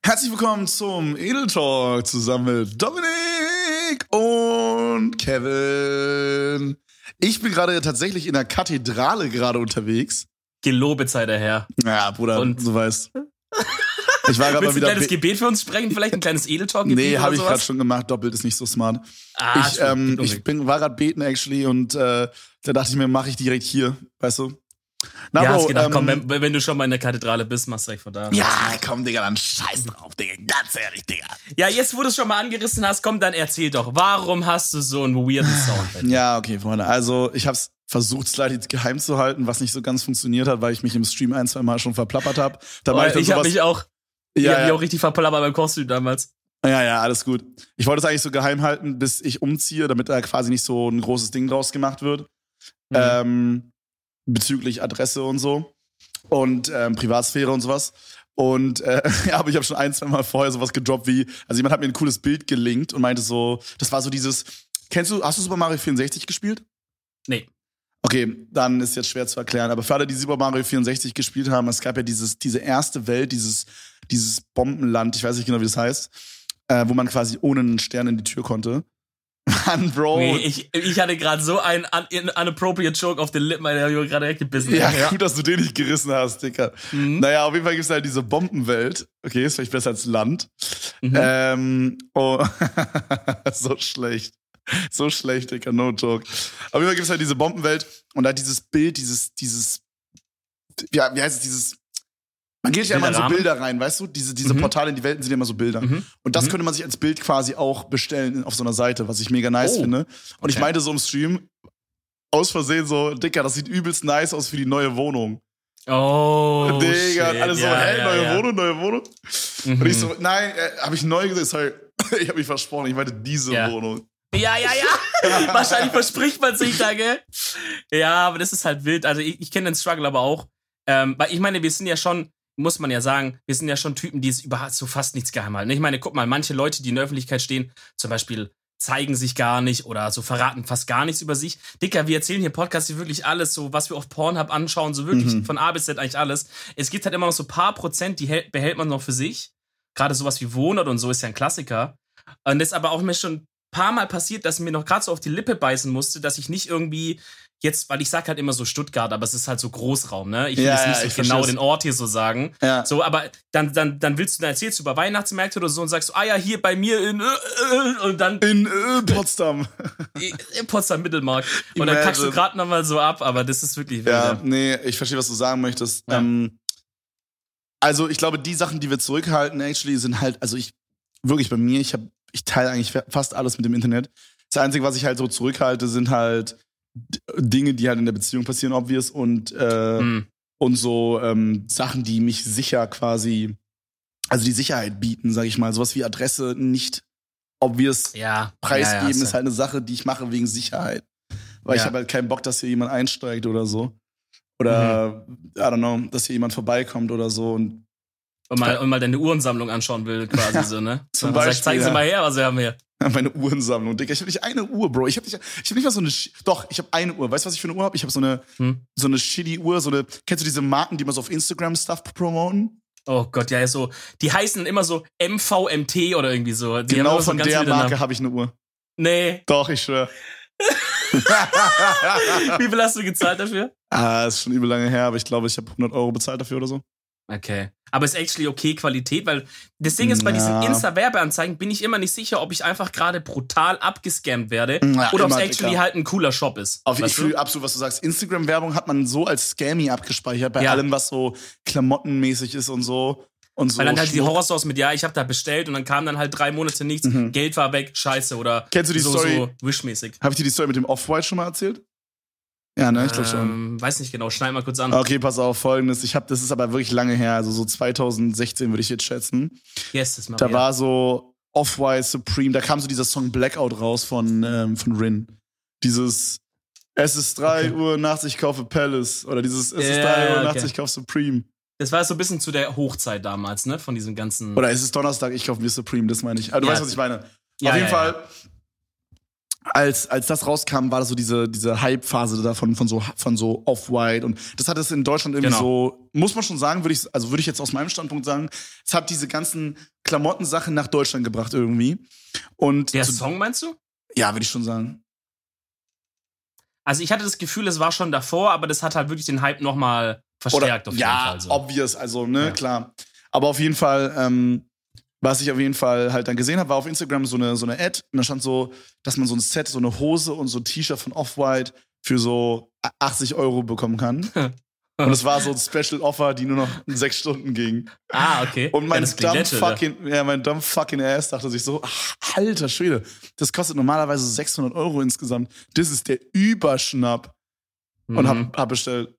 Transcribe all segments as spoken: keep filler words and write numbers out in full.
Herzlich willkommen zum Edel Talk zusammen mit Dominik und Kevin. Ich bin gerade tatsächlich in der Kathedrale gerade unterwegs. Gelobe sei der Herr. Ja, Bruder, und du weißt. Ich war gerade mal wieder. Ein kleines Be- Gebet für uns sprechen? Vielleicht ein kleines Edel Talk Gebet? Nee, habe ich gerade gerade schon gemacht. Doppelt ist nicht so smart. Ah, ich ähm, ich bin, war gerade beten, actually, und äh, da dachte ich mir, mache ich direkt hier, weißt du? Na, ja, Bro, hast gedacht, ähm, komm, wenn, wenn du schon mal in der Kathedrale bist, machst du direkt von da. Ja, komm, Digga, dann scheiß drauf, Digga. Ganz ehrlich, Digga. Ja, jetzt, wo du es schon mal angerissen hast, komm, dann erzähl doch. Warum hast du so einen weirden Sound bei dir? Ja, okay, Freunde. Also, ich hab's versucht, slightly geheim zu halten, was nicht so ganz funktioniert hat, weil ich mich im Stream ein, zwei Mal schon verplappert habe. Da war oh, ich dann ich hab sowas, mich auch, ja, ich hab mich ja. auch richtig verplappert beim Kostüm damals. Ja, ja, alles gut. Ich wollte es eigentlich so geheim halten, bis ich umziehe, damit da quasi nicht so ein großes Ding draus gemacht wird. Mhm. Ähm, bezüglich Adresse und so. Und ähm, Privatsphäre und sowas. Und äh, ja, aber ich habe schon ein, zwei Mal vorher sowas gedroppt wie, also jemand hat mir ein cooles Bild gelinkt und meinte so, das war so dieses, kennst du, hast du Super Mario vierundsechzig gespielt? Nee. Okay, dann ist jetzt schwer zu erklären. Aber für alle, die Super Mario vierundsechzig gespielt haben, es gab ja dieses, diese erste Welt, dieses, dieses Bombenland, ich weiß nicht genau, wie das heißt, äh, wo man quasi ohne einen Stern in die Tür konnte. Mann, Bro. Nee, ich, ich hatte gerade so einen un- unappropriate Joke auf den Lippen, der habe ich gerade weggebissen. Ja, ja, gut, dass du den nicht gerissen hast, Dicker. Mhm. Naja, auf jeden Fall gibt's halt diese Bombenwelt. Okay, ist vielleicht besser als Land. Mhm. Ähm, oh, so schlecht. So schlecht, Dicker, no joke. Auf jeden Fall gibt's halt diese Bombenwelt und da hat dieses Bild, dieses, dieses, ja, wie heißt es, dieses, man geht ja immer in so Bilder rein, weißt du? Diese, diese mhm. Portale in die Welten sind ja immer so Bilder. Mhm. Und das mhm. könnte man sich als Bild quasi auch bestellen auf so einer Seite, was ich mega nice oh. finde. Und okay. ich meinte so im Stream, aus Versehen so, Dicker, das sieht übelst nice aus für die neue Wohnung. Oh, Digga, shit. alle so, ja, hey, ja, neue ja. Wohnung, neue Wohnung. Mhm. Und ich so, nein, äh, hab ich neu gesagt, sorry, ich hab mich versprochen, ich meinte diese ja. Wohnung. Ja, ja, ja. Wahrscheinlich verspricht man sich da, gell? Ja, aber das ist halt wild. Also ich, ich kenne den Struggle aber auch. Ähm, weil ich meine, wir sind ja schon, muss man ja sagen, wir sind ja schon Typen, die es überhaupt so fast nichts geheim halten. Ich meine, guck mal, manche Leute, die in der Öffentlichkeit stehen, zum Beispiel zeigen sich gar nicht oder so verraten fast gar nichts über sich. Dicker, wir erzählen hier Podcasts, hier wirklich alles, so was wir auf Pornhub anschauen, so wirklich mhm. von A bis Z eigentlich alles. Es gibt halt immer noch so ein paar Prozent, die hält, behält man noch für sich. Gerade sowas wie Wohnort und so ist ja ein Klassiker. Und das ist aber auch mir schon ein paar Mal passiert, dass mir noch gerade so auf die Lippe beißen musste, dass ich nicht irgendwie jetzt, weil ich sag halt immer so Stuttgart, aber es ist halt so Großraum, ne? Ich will ja, jetzt ja, nicht so genau den Ort hier so sagen. Ja. So, aber dann, dann, dann willst du, dann erzählst du über Weihnachtsmärkte oder so und sagst, ah ja, hier bei mir in, äh, äh, und dann. In äh, Potsdam. In Potsdam Mittelmarkt. Und dann kackst du gerade nochmal so ab, aber das ist wirklich wild. Ja, nee, ich verstehe, was du sagen möchtest. Ja. Ähm, also, ich glaube, die Sachen, die wir zurückhalten, actually, sind halt, also ich, wirklich bei mir, ich habe, ich teile eigentlich fast alles mit dem Internet. Das Einzige, was ich halt so zurückhalte, sind halt Dinge, die halt in der Beziehung passieren, obvious, und, äh, mm. und so ähm, Sachen, die mich sicher quasi, also die Sicherheit bieten, sag ich mal. Sowas wie Adresse nicht obvious ja. preisgeben, ja, ja, ist halt eine Sache, die ich mache wegen Sicherheit. Weil ja. ich habe halt keinen Bock, dass hier jemand einsteigt oder so. Oder, mhm. I don't know, dass hier jemand vorbeikommt oder so. Und, und, mal, und mal deine Uhrensammlung anschauen will, quasi so, ne? Zum Beispiel, sagt, zeigen Sie ja. mal her, was wir haben hier. Meine Uhrensammlung, Digga. Ich habe nicht eine Uhr, Bro. Ich habe nicht, ich hab nicht mal so eine. Doch, ich habe eine Uhr. Weißt du, was ich für eine Uhr habe? Ich habe so eine, hm? so eine shitty Uhr. So eine. Kennst du diese Marken, die man so auf Instagram Stuff promoten? Oh Gott, ja, so. Die heißen immer so M V M T oder irgendwie so. Die genau so von der Marke habe ich eine Uhr. Nee. Doch, ich schwör. Wie viel hast du gezahlt dafür? Ah, ist schon übel lange her, aber ich glaube, ich habe hundert Euro bezahlt dafür oder so. Okay. Aber ist actually okay Qualität, weil das Ding ist, bei ja. diesen Insta-Werbeanzeigen bin ich immer nicht sicher, ob ich einfach gerade brutal abgescammt werde ja, oder ob es actually halt ein cooler Shop ist. Auf, ich fühle absolut, was du sagst. Instagram-Werbung hat man so als Scammy abgespeichert, bei ja. allem, was so klamottenmäßig ist und so. Und so weil dann halt Schmuck. Die Horrorstores mit, ja, ich habe da bestellt und dann kam dann halt drei Monate nichts, mhm. Geld war weg, scheiße oder Kennst du die so, Story? so Wish-mäßig. Habe ich dir die Story mit dem Off-White schon mal erzählt? Ja, ne, ich glaube schon. Ähm, weiß nicht genau, schneid mal kurz an. Okay, pass auf, Folgendes. Ich habe, das ist aber wirklich lange her, also so zwanzig sechzehn würde ich jetzt schätzen. Yes, das mal Da ja. war so Off-White Supreme, da kam so dieser Song Blackout raus von, ähm, von Rin. Dieses Es ist drei okay. Uhr nachts, ich kaufe Palace. Oder dieses Es yeah, ist drei Uhr okay. nachts, ich kaufe Supreme. Das war so ein bisschen zu der Hochzeit damals, ne, von diesem ganzen... Oder es ist Donnerstag, ich kaufe mir Supreme, das meine ich. Also, du ja, weißt, was ich meine. Ja, Auf jeden ja, Fall... Ja. als, als das rauskam, war das so diese, diese Hype-Phase davon, von so, von so Off-White und das hat es in Deutschland irgendwie Genau. so, muss man schon sagen, würde ich, also würde ich jetzt aus meinem Standpunkt sagen, es hat diese ganzen Klamottensachen nach Deutschland gebracht irgendwie. Und Der zu, Song meinst du? ja, würde ich schon sagen. Also ich hatte das Gefühl, es war schon davor, aber das hat halt wirklich den Hype nochmal verstärkt Oder, auf jeden ja, Fall. So. obvious, also, ne, Ja. klar. Aber auf jeden Fall, ähm, was ich auf jeden Fall halt dann gesehen habe, war auf Instagram so eine, so eine Ad. Und da stand so, dass man so ein Set, so eine Hose und so ein T-Shirt von Off-White für so achtzig Euro bekommen kann. Und es war so ein Special Offer, die nur noch in sechs Stunden ging. Ah, okay. Und mein ja, das klingt dumb legit, fucking, ja, mein dumb fucking Ass dachte sich so, ach, alter Schwede, das kostet normalerweise sechshundert Euro insgesamt. Das ist der Überschnapp. ja. Und Mhm. hab, hab bestellt.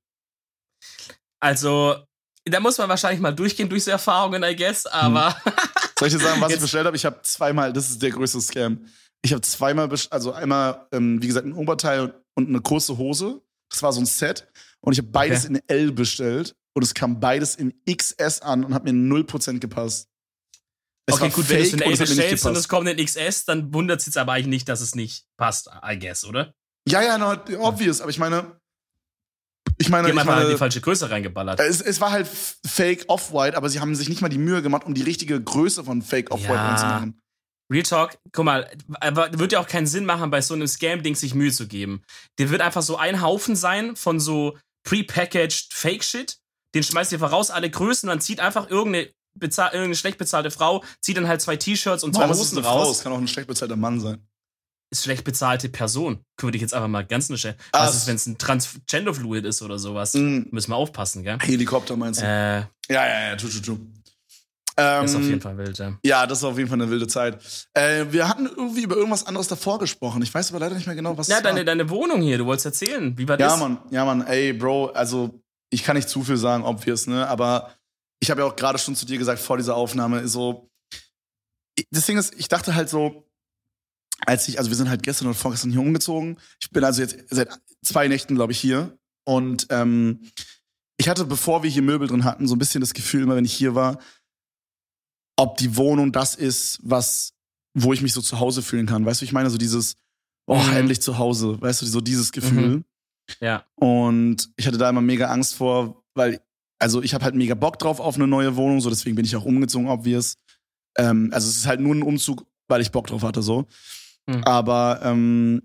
Also, da muss man wahrscheinlich mal durchgehen durch so Erfahrungen, I guess, aber Soll ich dir sagen, was Jetzt- ich bestellt habe? Ich habe zweimal, das ist der größte Scam. Ich habe zweimal, best- also einmal, ähm, wie gesagt, ein Oberteil und eine kurze Hose. Das war so ein Set. Und ich habe beides Okay. in L bestellt. Und es kam beides in X S an und hat mir null Prozent gepasst. Es okay, war gut, wenn du es fake in und L es hat mir nicht bestellst und gepasst. es kommt in X S, dann wundert es jetzt aber eigentlich nicht, dass es nicht passt, I guess, oder? Ja, ja, no, obvious. Aber ich meine, ich meine, Die haben ich einfach meine halt die falsche Größe reingeballert. es, es war halt f- Fake Off-White, aber sie haben sich nicht mal die Mühe gemacht, um die richtige Größe von Fake Off-White Ja. anzumachen. Real Talk, guck mal, aber wird ja auch keinen Sinn machen, bei so einem Scam-Ding sich Mühe zu geben. Der wird einfach so ein Haufen sein von so prepackaged Fake-Shit. Den schmeißt ihr einfach raus, alle Größen, und dann zieht einfach irgendeine, bezahl irgendeine schlecht bezahlte Frau, zieht dann halt zwei T-Shirts und zwei Warum ist es Hosen eine Frau? raus. Es kann auch ein schlecht bezahlter Mann sein. Ist schlecht bezahlte Person. Würde ich jetzt einfach mal ganz schnell. Ah, Was es- ist, wenn es ein Transgender-Fluid ist oder sowas? Mm. Müssen wir aufpassen, gell? Helikopter meinst du? Äh, Ja, ja, ja, tu, tu, tu. Ähm, das ist auf jeden Fall wild, ja. Ja, das war auf jeden Fall eine wilde Zeit. Äh, wir hatten irgendwie über irgendwas anderes davor gesprochen. Ich weiß aber leider nicht mehr genau, was Ja, es war. deine, deine Wohnung hier, du wolltest erzählen. Wie war Ja, das? Mann, ja, Mann, ey, Bro, also ich kann nicht zu viel sagen, obvious, ne? Aber ich habe ja auch gerade schon zu dir gesagt, vor dieser Aufnahme, so. Ich- Das Ding ist, ich dachte halt so, als ich, also wir sind halt gestern und vorgestern hier umgezogen. Ich bin also jetzt seit zwei Nächten, glaube ich, hier. Und ähm, ich hatte, bevor wir hier Möbel drin hatten, so ein bisschen das Gefühl, immer wenn ich hier war, ob die Wohnung das ist, was, wo ich mich so zu Hause fühlen kann. Weißt du, ich meine, so dieses, oh, Mhm. endlich zu Hause, weißt du, so dieses Gefühl. Mhm. Ja. Und ich hatte da immer mega Angst vor, weil, also ich habe halt mega Bock drauf auf eine neue Wohnung, so deswegen bin ich auch umgezogen, obvious. Ähm, also es ist halt nur ein Umzug, weil ich Bock drauf hatte, so. Mhm. Aber, ähm,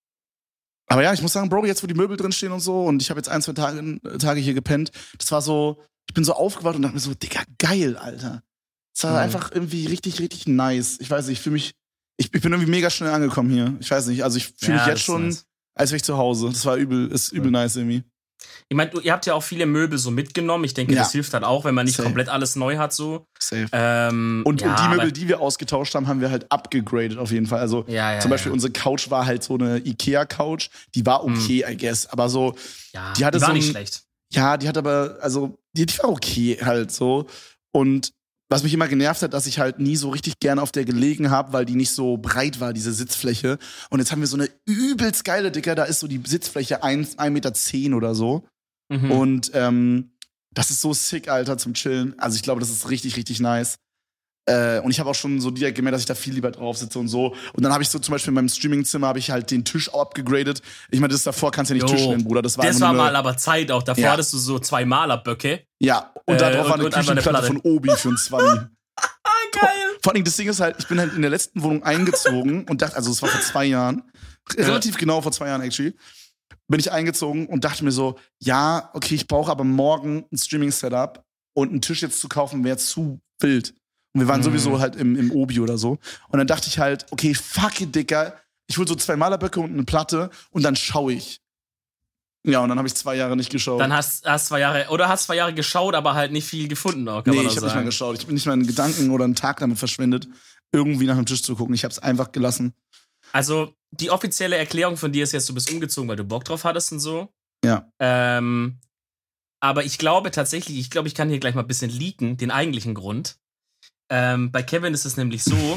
aber ja, ich muss sagen, Bro, jetzt wo die Möbel drin stehen und so und ich habe jetzt ein, zwei Tage, Tage hier gepennt, das war so, ich bin so aufgewacht und dachte mir so, Digga, geil, Alter. Das war Mhm. einfach irgendwie richtig, richtig nice. Ich weiß nicht, ich fühle mich, ich, ich bin irgendwie mega schnell angekommen hier. Ich weiß nicht, also ich fühle Ja, mich das jetzt ist schon, nice. als wäre ich zu Hause. Das war übel, ist übel nice irgendwie. Ich meine, ihr habt ja auch viele Möbel so mitgenommen. Ich denke, Ja. das hilft halt auch, wenn man nicht Safe. komplett alles neu hat, so. Safe. Ähm, Und, ja, und die Möbel, aber- die wir ausgetauscht haben, haben wir halt upgegradet auf jeden Fall. Also Ja, ja, zum Beispiel ja. unsere Couch war halt so eine Ikea-Couch. Die war okay, I guess. Aber so, Ja, die hatte war so nicht ein- schlecht. ja, die hat aber, also, die, die war okay halt so. Und was mich immer genervt hat, dass ich halt nie so richtig gerne auf der gelegen habe, weil die nicht so breit war, diese Sitzfläche. Und jetzt haben wir so eine übelst geile, Dicker, da ist so die Sitzfläche ein Meter zehn oder so. Mhm. Und ähm, das ist so sick, Alter, zum Chillen. Also ich glaube, das ist richtig, richtig nice. Äh, und ich habe auch schon so direkt gemerkt, dass ich da viel lieber drauf sitze und so. Und dann habe ich so zum Beispiel in meinem Streamingzimmer habe ich halt den Tisch auch abgegradet. Ich meine, das davor kannst du ja nicht Jo, Tisch nennen, Bruder. Das war, das einfach war nur eine, mal aber Zeit auch. Davor Ja. hattest du so zwei Malerböcke. Ja, und äh, da drauf und- war eine und einfach eine Küchenplatte Platte. von Obi für ein Zwanni. Ah, geil. Vor allem, das Ding ist halt, ich bin halt in der letzten Wohnung eingezogen und dachte, also es war vor zwei Jahren, relativ genau vor zwei Jahren actually, bin ich eingezogen und dachte mir so, ja, okay, ich brauche aber morgen ein Streaming-Setup und einen Tisch jetzt zu kaufen wäre zu wild. Und wir waren Mhm. sowieso halt im, im Obi oder so. Und dann dachte ich halt, okay, fuck it, Dicker, ich hol so zwei Malerböcke und eine Platte und dann schaue ich. Ja, und dann habe ich zwei Jahre nicht geschaut. Dann hast hast zwei Jahre, oder hast zwei Jahre geschaut, aber halt nicht viel gefunden, auch, kann Nee, man ich auch habe nicht mal sagen. geschaut. Ich bin nicht mal in Gedanken oder einen Tag damit verschwendet, irgendwie nach dem Tisch zu gucken. Ich habe es einfach gelassen. Also, die offizielle Erklärung von dir ist jetzt, du bist umgezogen, weil du Bock drauf hattest und so. Ja. Ähm, aber ich glaube tatsächlich, ich glaube, ich kann hier gleich mal ein bisschen leaken, den eigentlichen Grund. Ähm, bei Kevin ist es nämlich so,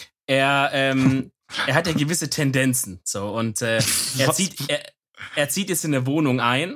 er, ähm, er hat ja gewisse Tendenzen. So, und äh, er, Was? zieht, er, er zieht jetzt in eine Wohnung ein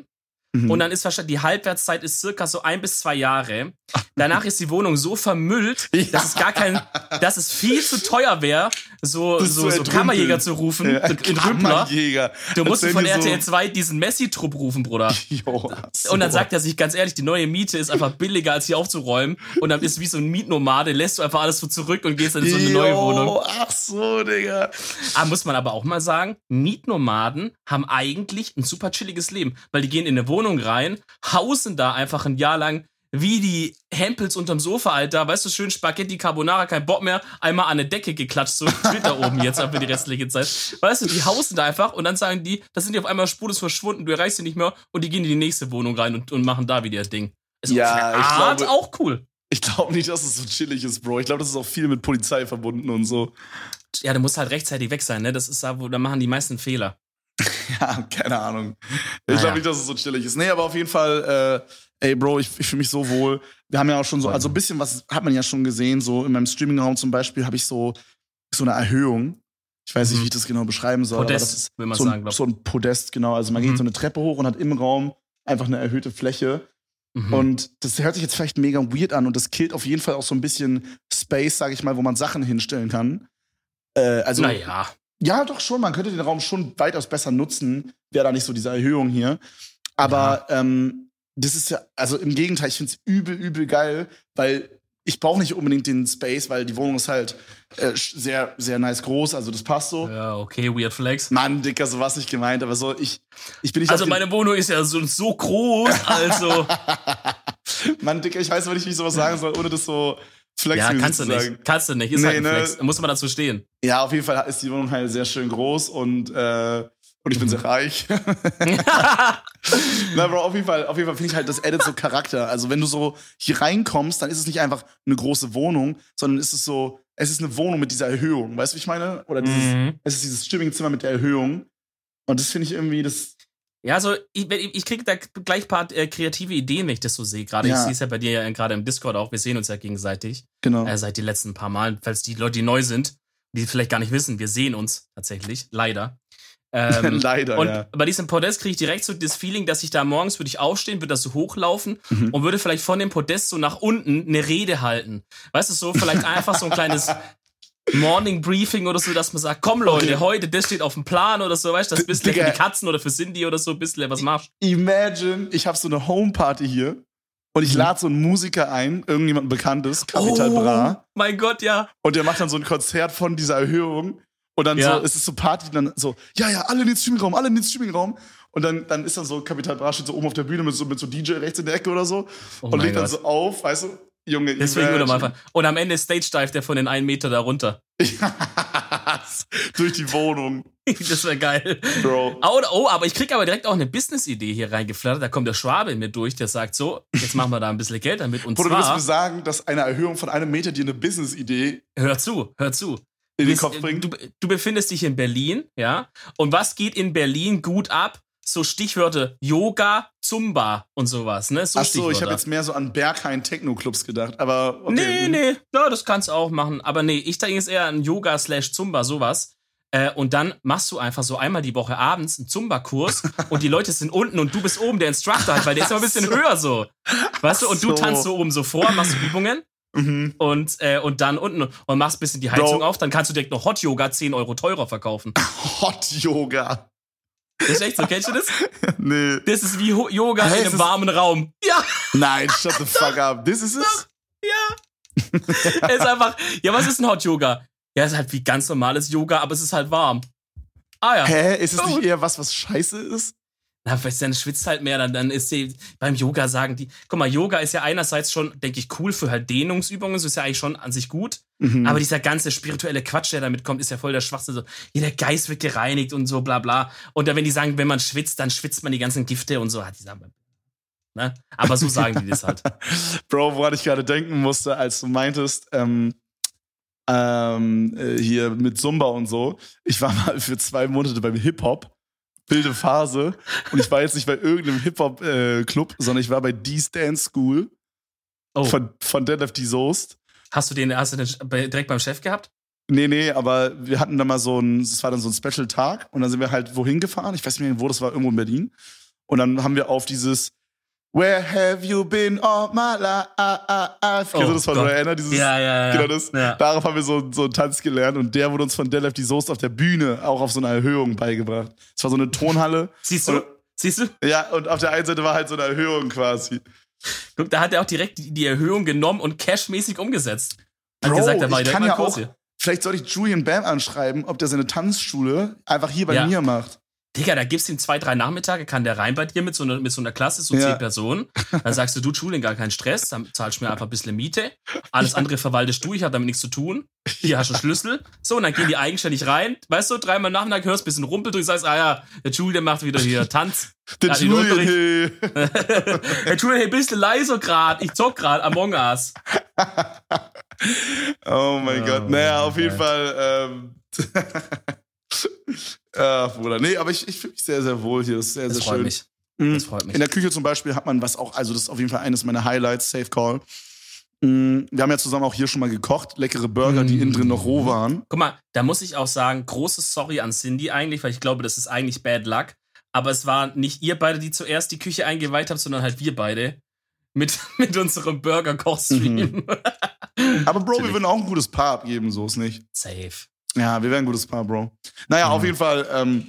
mhm. und dann ist wahrscheinlich die Halbwertszeit ist circa so ein bis zwei Jahre. Danach ist die Wohnung so vermüllt, ja. dass es gar kein, dass es viel zu teuer wäre, so, so, so Kammerjäger zu rufen. Ja, Kammerjäger. Du musst von R T L zwei diesen Messi-Trupp rufen, Bruder. Jo, so. Und dann sagt er sich ganz ehrlich, die neue Miete ist einfach billiger, als hier aufzuräumen. Und dann ist es wie so ein Mietnomade, lässt du einfach alles so zurück und gehst dann in so eine jo, neue Wohnung. Ach so, Digga. Aber muss man aber auch mal sagen, Mietnomaden haben eigentlich ein super chilliges Leben, weil die gehen in eine Wohnung rein, hausen da einfach ein Jahr lang wie die Hempels unterm Sofa, Alter. Weißt du, schön Spaghetti Carbonara, kein Bock mehr, einmal an eine Decke geklatscht, so steht da oben jetzt für die restliche Zeit. Weißt du, die hausen da einfach und dann sagen die, das sind die auf einmal spurlos verschwunden, du erreichst sie nicht mehr und die gehen in die nächste Wohnung rein und, und machen da wieder ihr Ding. Ist ja, ich Art glaube, auch cool. Ich glaube nicht, dass es so chillig ist, Bro. Ich glaube, das ist auch viel mit Polizei verbunden und so. Ja, du musst halt rechtzeitig weg sein, ne? Das ist da, wo da machen die meisten Fehler. Ja, keine Ahnung. Ich Naja. glaube nicht, dass es so chillig ist. Nee, aber auf jeden Fall, äh, ey, Bro, ich, ich fühle mich so wohl. Wir haben ja auch schon so, also ein bisschen was hat man ja schon gesehen, so in meinem Streaming-Raum zum Beispiel habe ich so, so eine Erhöhung. Ich weiß nicht, Mhm. wie ich das genau beschreiben soll. Podest, aber das ist will man so, sagen, ein, glaub ich. so ein Podest, genau. Also man Mhm. geht so eine Treppe hoch und hat im Raum einfach eine erhöhte Fläche. Mhm. Und das hört sich jetzt vielleicht mega weird an und das killt auf jeden Fall auch so ein bisschen Space, sag ich mal, wo man Sachen hinstellen kann. Äh, also, naja. ja, doch schon, man könnte den Raum schon weitaus besser nutzen, wäre da nicht so diese Erhöhung hier. Aber ja. ähm, das ist ja, also im Gegenteil, ich finde es übel, übel geil, weil ich brauche nicht unbedingt den Space, weil die Wohnung ist halt äh, sehr, sehr nice groß, also das passt so. Ja, okay, weird flex. Mann, Dicker, so was nicht gemeint, aber so, ich, ich bin nicht Also auf den- meine Wohnung ist ja so, so groß, also. Mann, Dicker, ich weiß aber nicht, wie ich sowas sagen soll, ohne das so flexen Ja, kannst du zu sagen. nicht. Kannst du nicht. Ist Nee, halt ein ne? Flex. Da muss man dazu stehen. Ja, auf jeden Fall ist die Wohnung halt sehr schön groß und, äh, und ich bin Mhm. sehr reich. Na, Bro, auf jeden Fall, auf jeden Fall finde ich halt, das addet so Charakter. Also, wenn du so hier reinkommst, dann ist es nicht einfach eine große Wohnung, sondern ist es so, es ist eine Wohnung mit dieser Erhöhung. Weißt du, wie ich meine? Oder dieses, Mhm. es ist dieses Streamingzimmer mit der Erhöhung. Und das finde ich irgendwie, das. Ja, also ich, ich kriege da gleich ein paar äh, kreative Ideen, wenn ich das so sehe. Gerade Ja. ich sehe es ja bei dir ja gerade im Discord auch. Wir sehen uns ja gegenseitig Genau. äh, seit den letzten paar Mal. Falls die Leute, die neu sind, die vielleicht gar nicht wissen, wir sehen uns tatsächlich. Leider. Ähm, Leider, und ja. bei diesem Podest kriege ich direkt so das Feeling, dass ich da morgens würde ich aufstehen, würde das so hochlaufen Mhm. und würde vielleicht von dem Podest so nach unten eine Rede halten. Weißt du, so vielleicht einfach so ein kleines Morning Briefing oder so, dass man sagt, komm Leute, Okay. heute, das steht auf dem Plan oder so, weißt du, das bisschen für Digga. die Katzen oder für Cindy oder so, ein bisschen was machst. Imagine, ich habe so eine Homeparty hier und ich Mhm. lade so einen Musiker ein, irgendjemanden Bekanntes, Capital Bra. Mein Gott, ja. Und der macht dann so ein Konzert von dieser Erhöhung. Und dann Ja. so, es ist so Party, dann so, ja, ja, alle in den Streamingraum, alle in den Streamingraum. Und dann, dann ist dann so, Capital Bra steht so oben auf der Bühne mit so, mit so D J rechts in der Ecke oder so. Oh und mein legt dann Gott. so auf, weißt du, Junge, Deswegen würde man imagine. einfach. Und am Ende stage-dive der von den einen Meter da runter. Durch die Wohnung, Das wäre geil. Bro. Oh, oh, aber ich krieg aber direkt auch eine Business-Idee hier reingeflattert. Da kommt der Schwabe in mir durch, der sagt so, jetzt machen wir da ein bisschen Geld damit. Und Bruder, du willst mir zwar, sagen, dass eine Erhöhung von einem Meter dir eine Business-Idee hör zu, hör zu. in den Bist- Kopf bringt? Du, du befindest dich in Berlin, ja? Und was geht in Berlin gut ab? So Stichwörter Yoga, Zumba und sowas, ne? So Ach so, ich habe Stichwörter. jetzt mehr so an Berghain Techno-Clubs gedacht, aber okay. Nee, nee, ja, das kannst du auch machen. Aber nee, ich denke jetzt eher an Yoga slash Zumba, sowas. Äh, und dann machst du einfach so einmal die Woche abends einen Zumba-Kurs und die Leute sind unten und du bist oben der Instructor halt, weil der ist immer ein bisschen Ach so. höher so. Weißt du? Und du so. tanzt so oben so vor, machst Übungen Mhm. und, äh, und dann unten und machst ein bisschen die Heizung Bro. auf, dann kannst du direkt noch Hot Yoga zehn Euro teurer verkaufen. Hot Yoga. Das ist echt so, kennst du das? Nee. Das ist wie Ho- Yoga Hä, in ist einem es- warmen Raum. Ja, Nein, shut the fuck up. This is it? es ist einfach, ja, was ist ein Hot Yoga? Ja, es ist halt wie ganz normales Yoga, aber es ist halt warm. Ah ja. Hä? Ist es Oh. nicht eher was, was scheiße ist? Na, weißt du, dann schwitzt halt mehr, dann, dann ist die, beim Yoga sagen die, guck mal, Yoga ist ja einerseits schon, denke ich, cool für halt Dehnungsübungen, so ist ja eigentlich schon an sich gut, Mhm. aber dieser ganze spirituelle Quatsch, der damit kommt, ist ja voll der Schwachsinn, so, jeder Geist wird gereinigt und so, bla, bla. Und dann, wenn die sagen, wenn man schwitzt, dann schwitzt man die ganzen Gifte und so, hat die sagen, ne? Aber so sagen die das halt. Bro, woran ich gerade denken musste, als du meintest, ähm, ähm, äh, hier mit Zumba und so. Ich war mal für zwei Monate beim Hip-Hop. Wilde Phase. Und ich war jetzt nicht bei irgendeinem Hip-Hop-Club, sondern ich war bei D's Dance School Oh, von, von Deadlift D. Soest. hast du den, hast du den bei- direkt beim Chef gehabt? Nee, nee, aber wir hatten da mal so ein, es war dann so ein Special-Tag und dann sind wir halt wohin gefahren. Ich weiß nicht mehr, wo das war, irgendwo in Berlin. Und dann haben wir auf dieses Where have you been all my life? Kennst du das von Rihanna? Dieses, ja, ja, ja. Genau das. Ja. Darauf haben wir so, so einen Tanz gelernt und der wurde uns von Deadlift die Soße auf der Bühne auch auf so eine Erhöhung beigebracht. Es war so eine Tonhalle. Siehst du? Und, Siehst du? Ja, und auf der einen Seite war halt so eine Erhöhung quasi. Guck, da hat er auch direkt die, die Erhöhung genommen und cashmäßig umgesetzt. Hat Bro, gesagt, da war ich kann ja auch, hier. Vielleicht sollte ich Julian Bam anschreiben, ob der seine Tanzschule einfach hier bei ja. mir macht. Digga, da gibst du ihm zwei, drei Nachmittage, kann der rein bei dir mit so einer, mit so einer Klasse, so Ja. zehn Personen. Dann sagst du, du, Julian, gar keinen Stress, dann zahlst du mir einfach ein bisschen Miete. Alles andere verwaltest du, ich habe damit nichts zu tun. Hier hast du einen Schlüssel. So, und dann gehen die eigenständig rein. Weißt du, dreimal Nachmittag hörst, bisschen rumpelt und sagst, ah ja, der Julian macht wieder hier Tanz. Der Julian, hey. Der Julian, hey, bisschen leiser grad, ich zock grad Among Us. Oh mein Oh, Gott. Naja, auf okay. jeden Fall. Ähm, ah, Bruder. Nee, aber ich, ich fühle mich sehr, sehr wohl hier. Das ist sehr, Das sehr freut schön. mich. Mhm. Das freut mich. In der Küche zum Beispiel hat man was auch, also das ist auf jeden Fall eines meiner Highlights, Safe Call. Mhm. Wir haben ja zusammen auch hier schon mal gekocht. Leckere Burger, die innen drin noch roh waren. Guck mal, da muss ich auch sagen, großes Sorry an Cindy eigentlich, weil ich glaube, das ist eigentlich Bad Luck. Aber es war nicht ihr beide, die zuerst die Küche eingeweiht habt, sondern halt wir beide. Mit, mit unserem Burger-Koch-Stream. Mhm. Aber Bro, wir würden auch ein gutes Paar abgeben, so ist nicht. Safe. Ja, wir wären ein gutes Paar, Bro. Naja, Mhm. auf jeden Fall, ähm,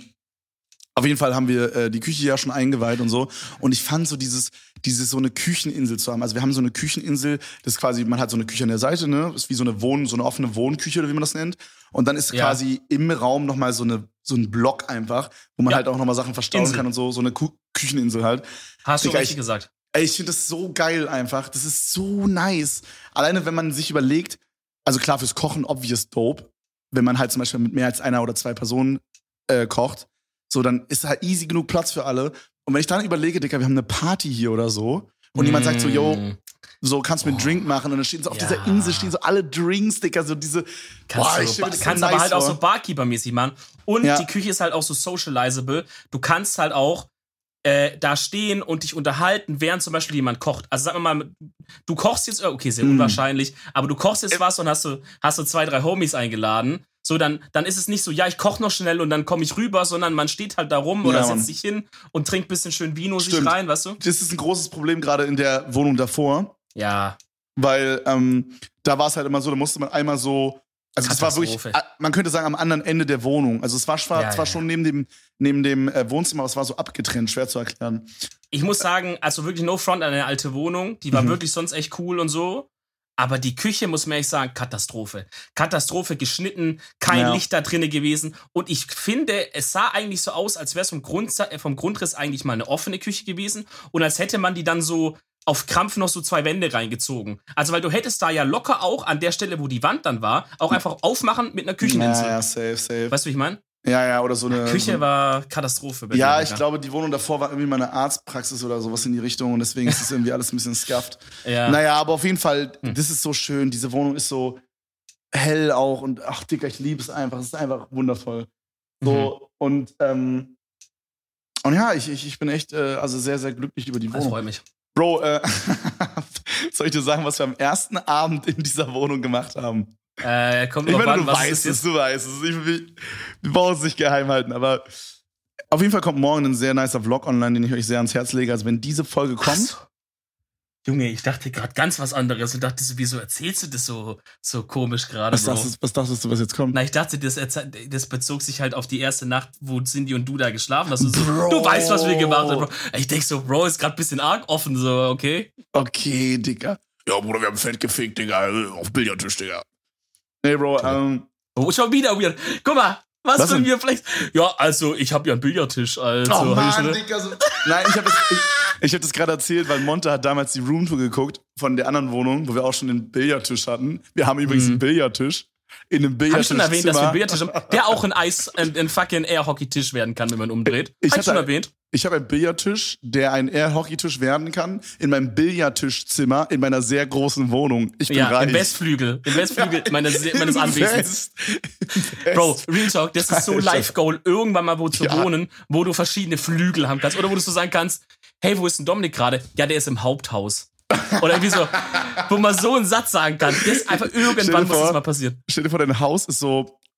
auf jeden Fall haben wir äh, die Küche ja schon eingeweiht und so. Und ich fand so dieses, dieses so eine Kücheninsel zu haben. Also wir haben so eine Kücheninsel, das ist quasi, man hat so eine Küche an der Seite, ne? Das ist wie so eine Wohn, so eine offene Wohnküche, oder wie man das nennt. Und dann ist Ja. quasi im Raum nochmal so eine, so ein Block einfach, wo man Ja. halt auch nochmal Sachen verstauen Insel. kann und so, so eine Ku- Kücheninsel halt. Hast du Digga, richtig ich- gesagt. Ey, ich finde das so geil einfach. Das ist so nice. Alleine, wenn man sich überlegt, also klar, fürs Kochen obvious dope. Wenn man halt zum Beispiel mit mehr als einer oder zwei Personen äh, kocht, so, dann ist halt easy genug Platz für alle. Und wenn ich dann überlege, Digga, wir haben eine Party hier oder so, und jemand sagt so, yo, Mm. so, kannst du mir einen Drink machen? Und dann stehen so auf Ja. dieser Insel, stehen so alle Drinks, Digga, so diese, Kannst boah, du, ich stell mir das so kannst nice aber halt auch vor. so Barkeeper-mäßig machen. Und Ja. die Küche ist halt auch so socializable. Du kannst halt auch äh, da stehen und dich unterhalten, während zum Beispiel jemand kocht. Also sag mal, du kochst jetzt, okay, sehr Mm. unwahrscheinlich, aber du kochst jetzt was und hast du, hast du zwei, drei Homies eingeladen. So, dann, dann ist es nicht so, ja, ich koche noch schnell und dann komme ich rüber, sondern man steht halt da rum oder Ja, Mann. setzt sich hin und trinkt ein bisschen schön Vino sich Stimmt. rein, weißt du? Das ist ein großes Problem gerade in der Wohnung davor. Ja. Weil ähm, da war es halt immer so, da musste man einmal so, also es war wirklich, Katastrophe. äh, man könnte sagen, am anderen Ende der Wohnung. Also es war zwar, Ja, zwar ja. schon neben dem, neben dem äh, Wohnzimmer, aber es war so abgetrennt, schwer zu erklären. Ich muss sagen, also wirklich no front an eine alte Wohnung. Die war Mhm. wirklich sonst echt cool und so. Aber die Küche, muss man ehrlich sagen, Katastrophe. Katastrophe geschnitten, kein Ja. Licht da drinne gewesen. Und ich finde, es sah eigentlich so aus, als wäre es vom, Grund, vom Grundriss eigentlich mal eine offene Küche gewesen. Und als hätte man die dann so auf Krampf noch so zwei Wände reingezogen. Also, weil du hättest da ja locker auch an der Stelle, wo die Wand dann war, auch einfach aufmachen mit einer Kücheninsel. Ja, ja, safe, safe. Weißt du, wie ich meine? Ja, ja, oder so eine. Küche so, war Katastrophe. Bei ja, dir, ich Digga. glaube, die Wohnung davor war irgendwie mal eine Arztpraxis oder sowas in die Richtung und deswegen ist es irgendwie alles ein bisschen scuffed. Ja. Naja, aber auf jeden Fall, Hm. das ist so schön. Diese Wohnung ist so hell auch und ach, Digga, ich liebe es einfach. Es ist einfach wundervoll. So, und, ähm, und ja, ich, ich, ich bin echt äh, also sehr, sehr glücklich über die Das Wohnung. freut mich. Bro, äh, soll ich dir sagen, was wir am ersten Abend in dieser Wohnung gemacht haben? Äh, kommt Ich drauf meine, an, du was weißt ist es, jetzt? du weißt es. Ich, ich, wir brauchen es nicht geheim halten, aber auf jeden Fall kommt morgen ein sehr nicer Vlog online, den ich euch sehr ans Herz lege. Also wenn diese Folge Ach kommt, so. Junge, ich dachte gerade ganz was anderes und dachte so, wieso erzählst du das so, so komisch gerade, was Bro? dachtest, was dachtest du, was jetzt kommt? Na, ich dachte, das, erze- das bezog sich halt auf die erste Nacht, wo Cindy und du da geschlafen hast. Und so, Bro. du weißt, was wir gemacht haben, Bro. Ich denk so, Bro, ist gerade ein bisschen arg offen, so, okay? Okay, Digga. Ja, Bruder, wir haben fett gefickt, Digga. Auf Billardtisch, Digga. Nee, Bro, ähm, Oh, schon wieder weird. Guck mal, was, Was für denn? wir vielleicht. Ja, also, ich habe ja einen Billardtisch, also. oh hab ich Mann, schon- Digga. So, nein, ich habe das, ich, ich hab das gerade erzählt, weil Monte hat damals die Roomtour geguckt von der anderen Wohnung, wo wir auch schon den Billardtisch hatten. Wir haben übrigens Mhm. einen Billardtisch. In einem Hab ich schon Billardtischzimmer. erwähnt, dass wir einen Billardtisch haben, der auch ein Eis, ein, ein fucking Air-Hockey-Tisch werden kann, wenn man umdreht. Ich Hab ich schon hatte- erwähnt. Ich habe einen Billardtisch, der ein Air-Hockey-Tisch werden kann, in meinem Billardtischzimmer in meiner sehr großen Wohnung. Ich bin Ja, reich. im Westflügel. Im Westflügel meines, meines Im Anwesens. West- im Bro, West- Real Talk, das ist so Alter. Life-Goal, irgendwann mal wo zu Ja. wohnen, wo du verschiedene Flügel haben kannst. Oder wo du so sagen kannst, hey, wo ist denn Dominik gerade? Ja, der ist im Haupthaus. Oder irgendwie so, wo man so einen Satz sagen kann. Das ist einfach Stell irgendwann dir muss vor, das mal passieren. Stell dir vor, dein Haus ist so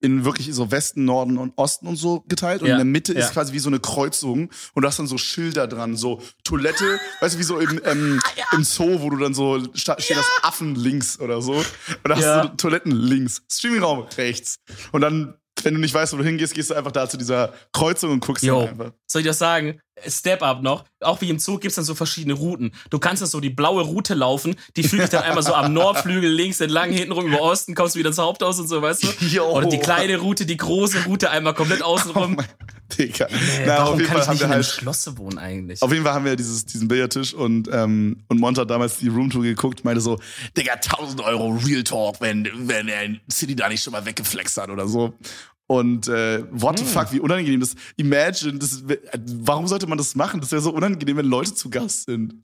in wirklich so Westen, Norden und Osten und so geteilt. Und ja, in der Mitte ja. ist quasi wie so eine Kreuzung. Und du hast dann so Schilder dran, so Toilette, weißt du, wie so im, ähm, ja. im Zoo, wo du dann so, steht ja. das Affen links oder so. Und da hast ja. du so Toiletten links, Streamingraum rechts. Und dann, wenn du nicht weißt, wo du hingehst, gehst du einfach da zu dieser Kreuzung und guckst dann einfach. Soll ich das sagen? Step up noch. Auch wie im Zoo gibt's dann so verschiedene Routen. Du kannst dann so die blaue Route laufen, die führt dich dann einmal so am Nordflügel links entlang, hintenrum über Osten, kommst du wieder ins Haupthaus und so, weißt du? Jo. Oder die kleine Route, die große Route einmal komplett außenrum. Oh Digga. Nee, Na, warum auf jeden kann Fall ich haben nicht wir in einem halt, Schloss wohnen eigentlich? Auf jeden Fall haben wir dieses, diesen Billardtisch und, ähm, und Monte hat damals die Roomtour geguckt, meinte so, Digga, tausend Euro Real Talk, wenn, wenn er City da nicht schon mal weggeflext hat oder so. Und äh, what the hm. fuck, wie unangenehm das. Imagine, das, warum sollte man das machen? Das wäre so unangenehm, wenn Leute zu Gast sind.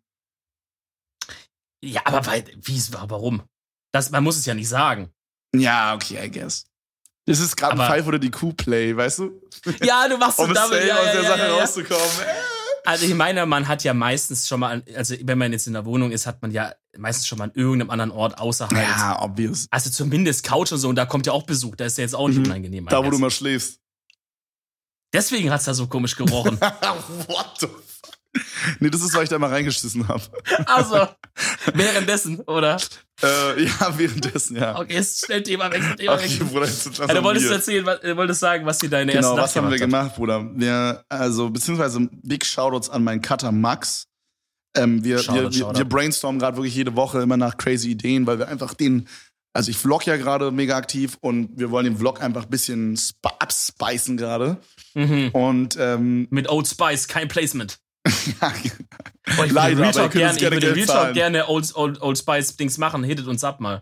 Ja, aber weil, wie, warum? Das, man muss es ja nicht sagen. Ja, okay, I guess. Das ist gerade ein Five oder die Q-Play, weißt du? Ja, du machst so um damit, ja, aus ja, der ja, Sache ja, ja. rauszukommen. Also ich meine, man hat ja meistens schon mal, also wenn man jetzt in der Wohnung ist, hat man ja meistens schon mal an irgendeinem anderen Ort außerhalb. Ja, obvious. Also zumindest Couch und so, und da kommt ja auch Besuch, da ist ja jetzt auch nicht Mhm. unangenehm. Da, wo du mal schläfst. Deswegen hat's da so komisch gerochen. What the fuck? Nee, das ist, weil ich da mal reingeschissen habe. Also, währenddessen, oder? Äh, ja, währenddessen, ja. Okay, jetzt schnell Thema wechseln, Thema Okay, wechseln. Bruder, jetzt ist das Ja, du wolltest weird. erzählen, was, du wolltest sagen, was dir deine Genau, erste was Nacht haben wir gemacht hat. gemacht, Bruder? Wir, also, beziehungsweise Big Shoutouts an meinen Cutter Max. Ähm, wir, Shoutout, wir, wir, Shoutout. wir brainstormen gerade wirklich jede Woche immer nach crazy Ideen, weil wir einfach den, also ich vlog ja gerade mega aktiv und wir wollen den Vlog einfach ein bisschen sp- abspicen gerade. Mhm. Und ähm, Mit Old Spice, kein Placement. ja, Boah, ich leider, würde aber ihr Real könnt gerne, uns ich gerne würde Geld Real Talk zahlen. gerne Old, Old, Old Spice Dings machen, hittet uns ab mal.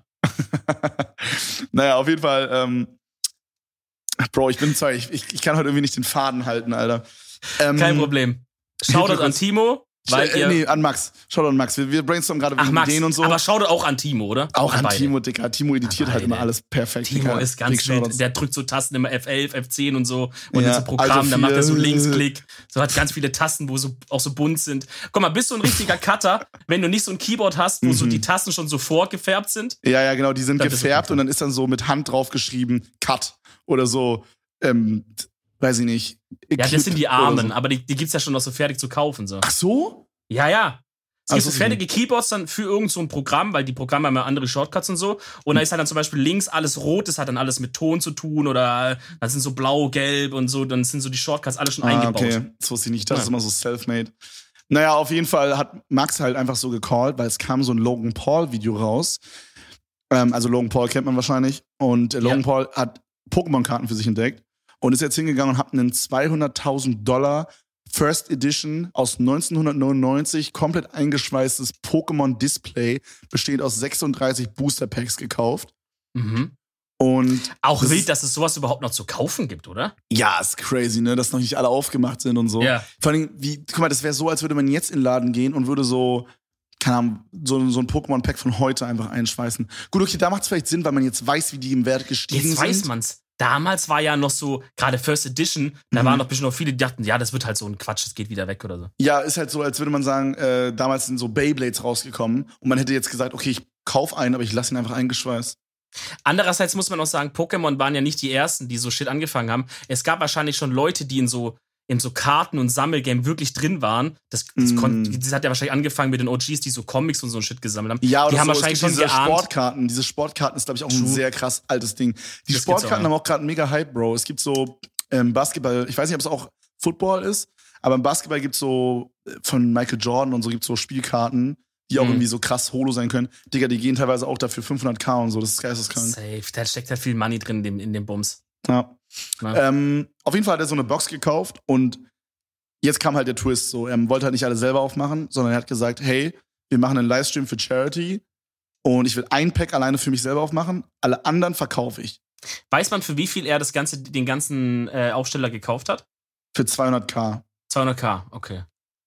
Naja, auf jeden Fall, ähm, Bro, ich bin zwar, ich, ich, ich kann heute irgendwie nicht den Faden halten, Alter. Ähm, Kein Problem. Shoutout an Timo, weil äh, ihr... nee, an Max. Shoutout an Max. Wir, wir brainstormen gerade Ach, wegen Max, Ideen und so. aber Shoutout auch an Timo, oder? Auch an beide. Timo, Digga. Timo editiert An halt immer beide. alles perfekt. Timo Digga. ist ganz Big Shoutouts. wild. Der drückt so Tasten immer F elf, F zehn und so. Und Ja, in so Programmen, Alter, dann macht er so viel- Linksklick. So hat ganz viele Tasten, wo so auch so bunt sind. Guck mal, bist du ein richtiger Cutter, wenn du nicht so ein Keyboard hast, wo so Mhm. die Tasten schon so vorgefärbt sind? Ja, ja, genau. Die sind Dann bist du gefärbt Cutter. und dann ist dann so mit Hand drauf geschrieben, Cut. Oder so, ähm, weiß ich nicht. Ja, das Clip sind die oder Armen, so. aber die, die gibt's ja schon noch so fertig zu kaufen. So. Ach so? Ja, ja. Es Ach gibt so, so fertige Keyboards dann für irgend so ein Programm, weil die Programme haben ja andere Shortcuts und so. Und da ist halt dann zum Beispiel links alles rot, das hat dann alles mit Ton zu tun oder das sind so blau, gelb und so, dann sind so die Shortcuts alle schon Ah, eingebaut. okay. Das wusste ich nicht. Das Ja. ist immer so self-made. Naja, auf jeden Fall hat Max halt einfach so gecallt, weil es kam so ein Logan Paul-Video raus. Ähm, also Logan Paul kennt man wahrscheinlich. Und äh, Logan Ja. Paul hat Pokémon-Karten für sich entdeckt und ist jetzt hingegangen und hat einen zweihunderttausend Dollar First Edition aus neunzehnhundertneunundneunzig komplett eingeschweißtes Pokémon-Display, bestehend aus sechsunddreißig Booster-Packs gekauft. Mhm. Und Auch das wild, ist- dass es sowas überhaupt noch zu kaufen gibt, oder? ja, ist crazy, ne, dass noch nicht alle aufgemacht sind und so. Ja. Vor allem, wie, guck mal, das wäre so, als würde man jetzt in den Laden gehen und würde so, keine Ahnung, so, so ein Pokémon-Pack von heute einfach einschweißen. Gut, okay, da macht es vielleicht Sinn, weil man jetzt weiß, wie die im Wert gestiegen Jetzt sind. weiß man's. Damals war ja noch so, gerade First Edition, da Mhm. waren noch bestimmt noch viele, die dachten, ja, das wird halt so ein Quatsch, das geht wieder weg oder so. Ja, ist halt so, als würde man sagen, äh, damals sind so Beyblades rausgekommen und man hätte jetzt gesagt, okay, ich kauf einen, aber ich lasse ihn einfach eingeschweißt. Andererseits muss man auch sagen, Pokémon waren ja nicht die ersten, die so Shit angefangen haben. Es gab wahrscheinlich schon Leute, die in so in so Karten- und Sammelgame wirklich drin waren. Das, das, Mm. kon- das hat ja wahrscheinlich angefangen mit den O Gs, die so Comics und so ein Shit gesammelt haben. Ja, oder die haben so, wahrscheinlich es schon gibt diese geahnt. Sportkarten. Diese Sportkarten ist, glaube ich, auch ein True. sehr krass altes Ding. Die Das gibt's Sportkarten auch, ja. haben auch gerade einen mega Hype, Bro. Es gibt so ähm, Basketball, ich weiß nicht, ob es auch Football ist, aber im Basketball gibt es so äh, von Michael Jordan und so gibt es so Spielkarten, die auch Mhm. irgendwie so krass holo sein können. Digga, die gehen teilweise auch dafür fünfhunderttausend und so. Das ist geisteskrank. Safe, da steckt halt viel Money drin in dem, in dem Bums. Ja. Ja. Ähm, auf jeden Fall hat er so eine Box gekauft und jetzt kam halt der Twist so. Er wollte halt nicht alle selber aufmachen, sondern er hat gesagt, hey, wir machen einen Livestream für Charity und ich will ein Pack alleine für mich selber aufmachen, alle anderen verkaufe ich. Weiß man, für wie viel er das ganze, den ganzen äh, Aufsteller gekauft hat? Für zweihunderttausend. zweihunderttausend, okay.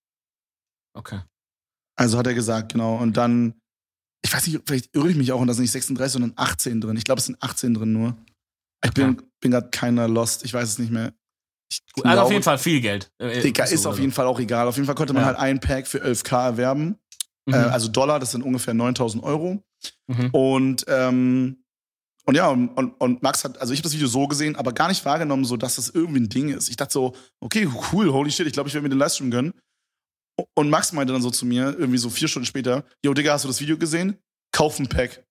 Okay. Also hat er gesagt, genau. Und dann, ich weiß nicht, vielleicht irre ich mich auch und da sind nicht sechsunddreißig, sondern achtzehn drin. Ich glaube, es sind achtzehn drin nur. Ich bin, Okay. bin gerade keiner lost, ich weiß es nicht mehr. Ich Gut, also auf glaube, jeden Fall viel Geld. Äh, Digga, so ist auf oder jeden Fall auch egal. Auf jeden Fall konnte man Ja. halt ein Pack für elf K erwerben. so. Äh, Mhm. also Dollar, das sind ungefähr neuntausend Euro. Mhm. Und ähm, Und ja, und, und, und Max hat, also ich habe das Video so gesehen, aber gar nicht wahrgenommen, so dass das irgendwie ein Ding ist. Ich dachte so, okay, cool, holy shit, ich glaube, ich werde mir den Livestream gönnen. Und Max meinte dann so zu mir, irgendwie so vier Stunden später, yo, Digga, hast du das Video gesehen? Kauf ein Pack.